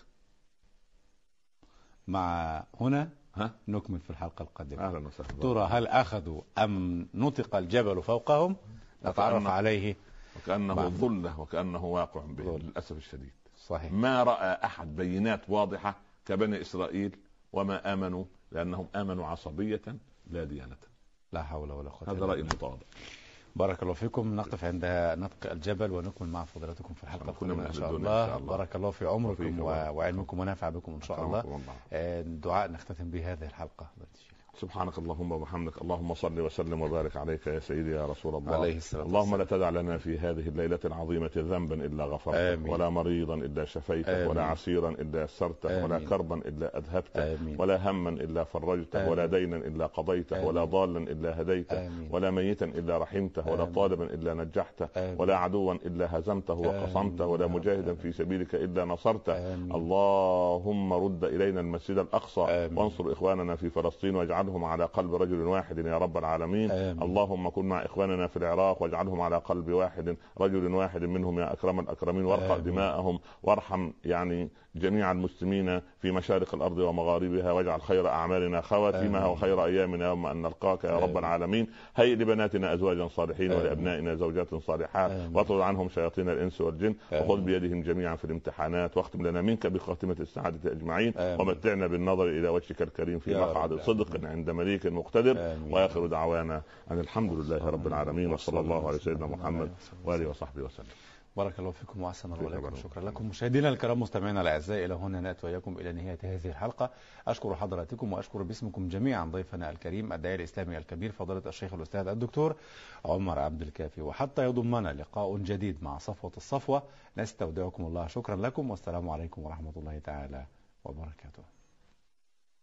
Speaker 1: مع هنا
Speaker 2: ها
Speaker 1: نكمل في الحلقه القادمه.
Speaker 2: اهلا وسهلا.
Speaker 1: ترى هل اخذوا ام نطق الجبل فوقهم؟ نتعرف عليه.
Speaker 2: وكانه ظله وكانه واقع به للاسف الشديد.
Speaker 1: صحيح.
Speaker 2: ما راى احد بينات واضحه كبني اسرائيل وما امنوا لانهم امنوا عصبيه لا ديانه.
Speaker 1: لا حول ولا قوه.
Speaker 2: هذا راي متواضع.
Speaker 1: بارك الله فيكم. نقف عند نطق الجبل ونكمل مع فضلاتكم في الحلقه القادمه ان شاء الله. بارك الله في عمركم وعلمكم ونفع بكم ان شاء الله. دعاء نختتم به هذه الحلقه.
Speaker 2: سبحانك اللهم وبحمدك، اللهم صل وسلم وبارك عليك يا سيدي يا رسول الله
Speaker 1: عليه الصلاة
Speaker 2: اللهم لا تدع لنا في هذه الليلة العظيمة ذنبا إلا غفرته، ولا مريضا إلا شفيته،
Speaker 1: آمين.
Speaker 2: ولا عسيرا إلا يسرته، ولا كربا إلا أذهبته،
Speaker 1: آمين.
Speaker 2: ولا هما إلا فرجته،
Speaker 1: آمين.
Speaker 2: ولا دينا إلا قضيته،
Speaker 1: آمين.
Speaker 2: ولا ضالا إلا هديته،
Speaker 1: آمين.
Speaker 2: ولا ميتا إلا رحمته، ولا
Speaker 1: آمين.
Speaker 2: طالبا إلا نجحته،
Speaker 1: آمين.
Speaker 2: ولا عدوا إلا هزمته وقصمته، ولا مجاهدا في سبيلك إلا نصرته.
Speaker 1: آمين.
Speaker 2: اللهم رد إلينا المسجد الأقصى،
Speaker 1: آمين.
Speaker 2: وانصر إخواننا في فلسطين واجعلهم على قلب رجل واحد يا رب العالمين.
Speaker 1: آمين.
Speaker 2: اللهم كن مع إخواننا في العراق واجعلهم على قلب واحد رجل واحد منهم يا أكرم الأكرمين، وارقى دماءهم، وارحم يعني جميع المسلمين في مشارق الأرض ومغاربها، واجعل خير أعمالنا خواتيمها وخير أيامنا يوم أن نلقاك يا رب العالمين. هيئ لبناتنا أزواجا صالحين ولأبنائنا زوجات صالحات، واطرد عنهم شياطين الإنس والجن، وخذ بيدهم جميعا في الامتحانات، واختم لنا منك بخاتمة السعادة أجمعين، ومتعنا بالنظر إلى وجهك الكريم في مقعد صدق عند مليك مقتدر. وآخر دعوانا أن الحمد لله رب العالمين، وصلى الله على سيدنا محمد وآله وصحبه وسلم.
Speaker 1: بارك الله فيكم وأحسن الله إليكم. شكرا لكم مشاهدينا الكرام مستمعينا الأعزاء، إلى هنا نأتي وإياكم إلى نهاية هذه الحلقة. أشكر حضراتكم وأشكر باسمكم جميعا ضيفنا الكريم الداعية الإسلامي الكبير فضيلة الشيخ الأستاذ الدكتور عمر عبد الكافي. وحتى يضمنا لقاء جديد مع صفوة الصفوة نستودعكم الله. شكرا لكم والسلام عليكم ورحمة الله تعالى وبركاته.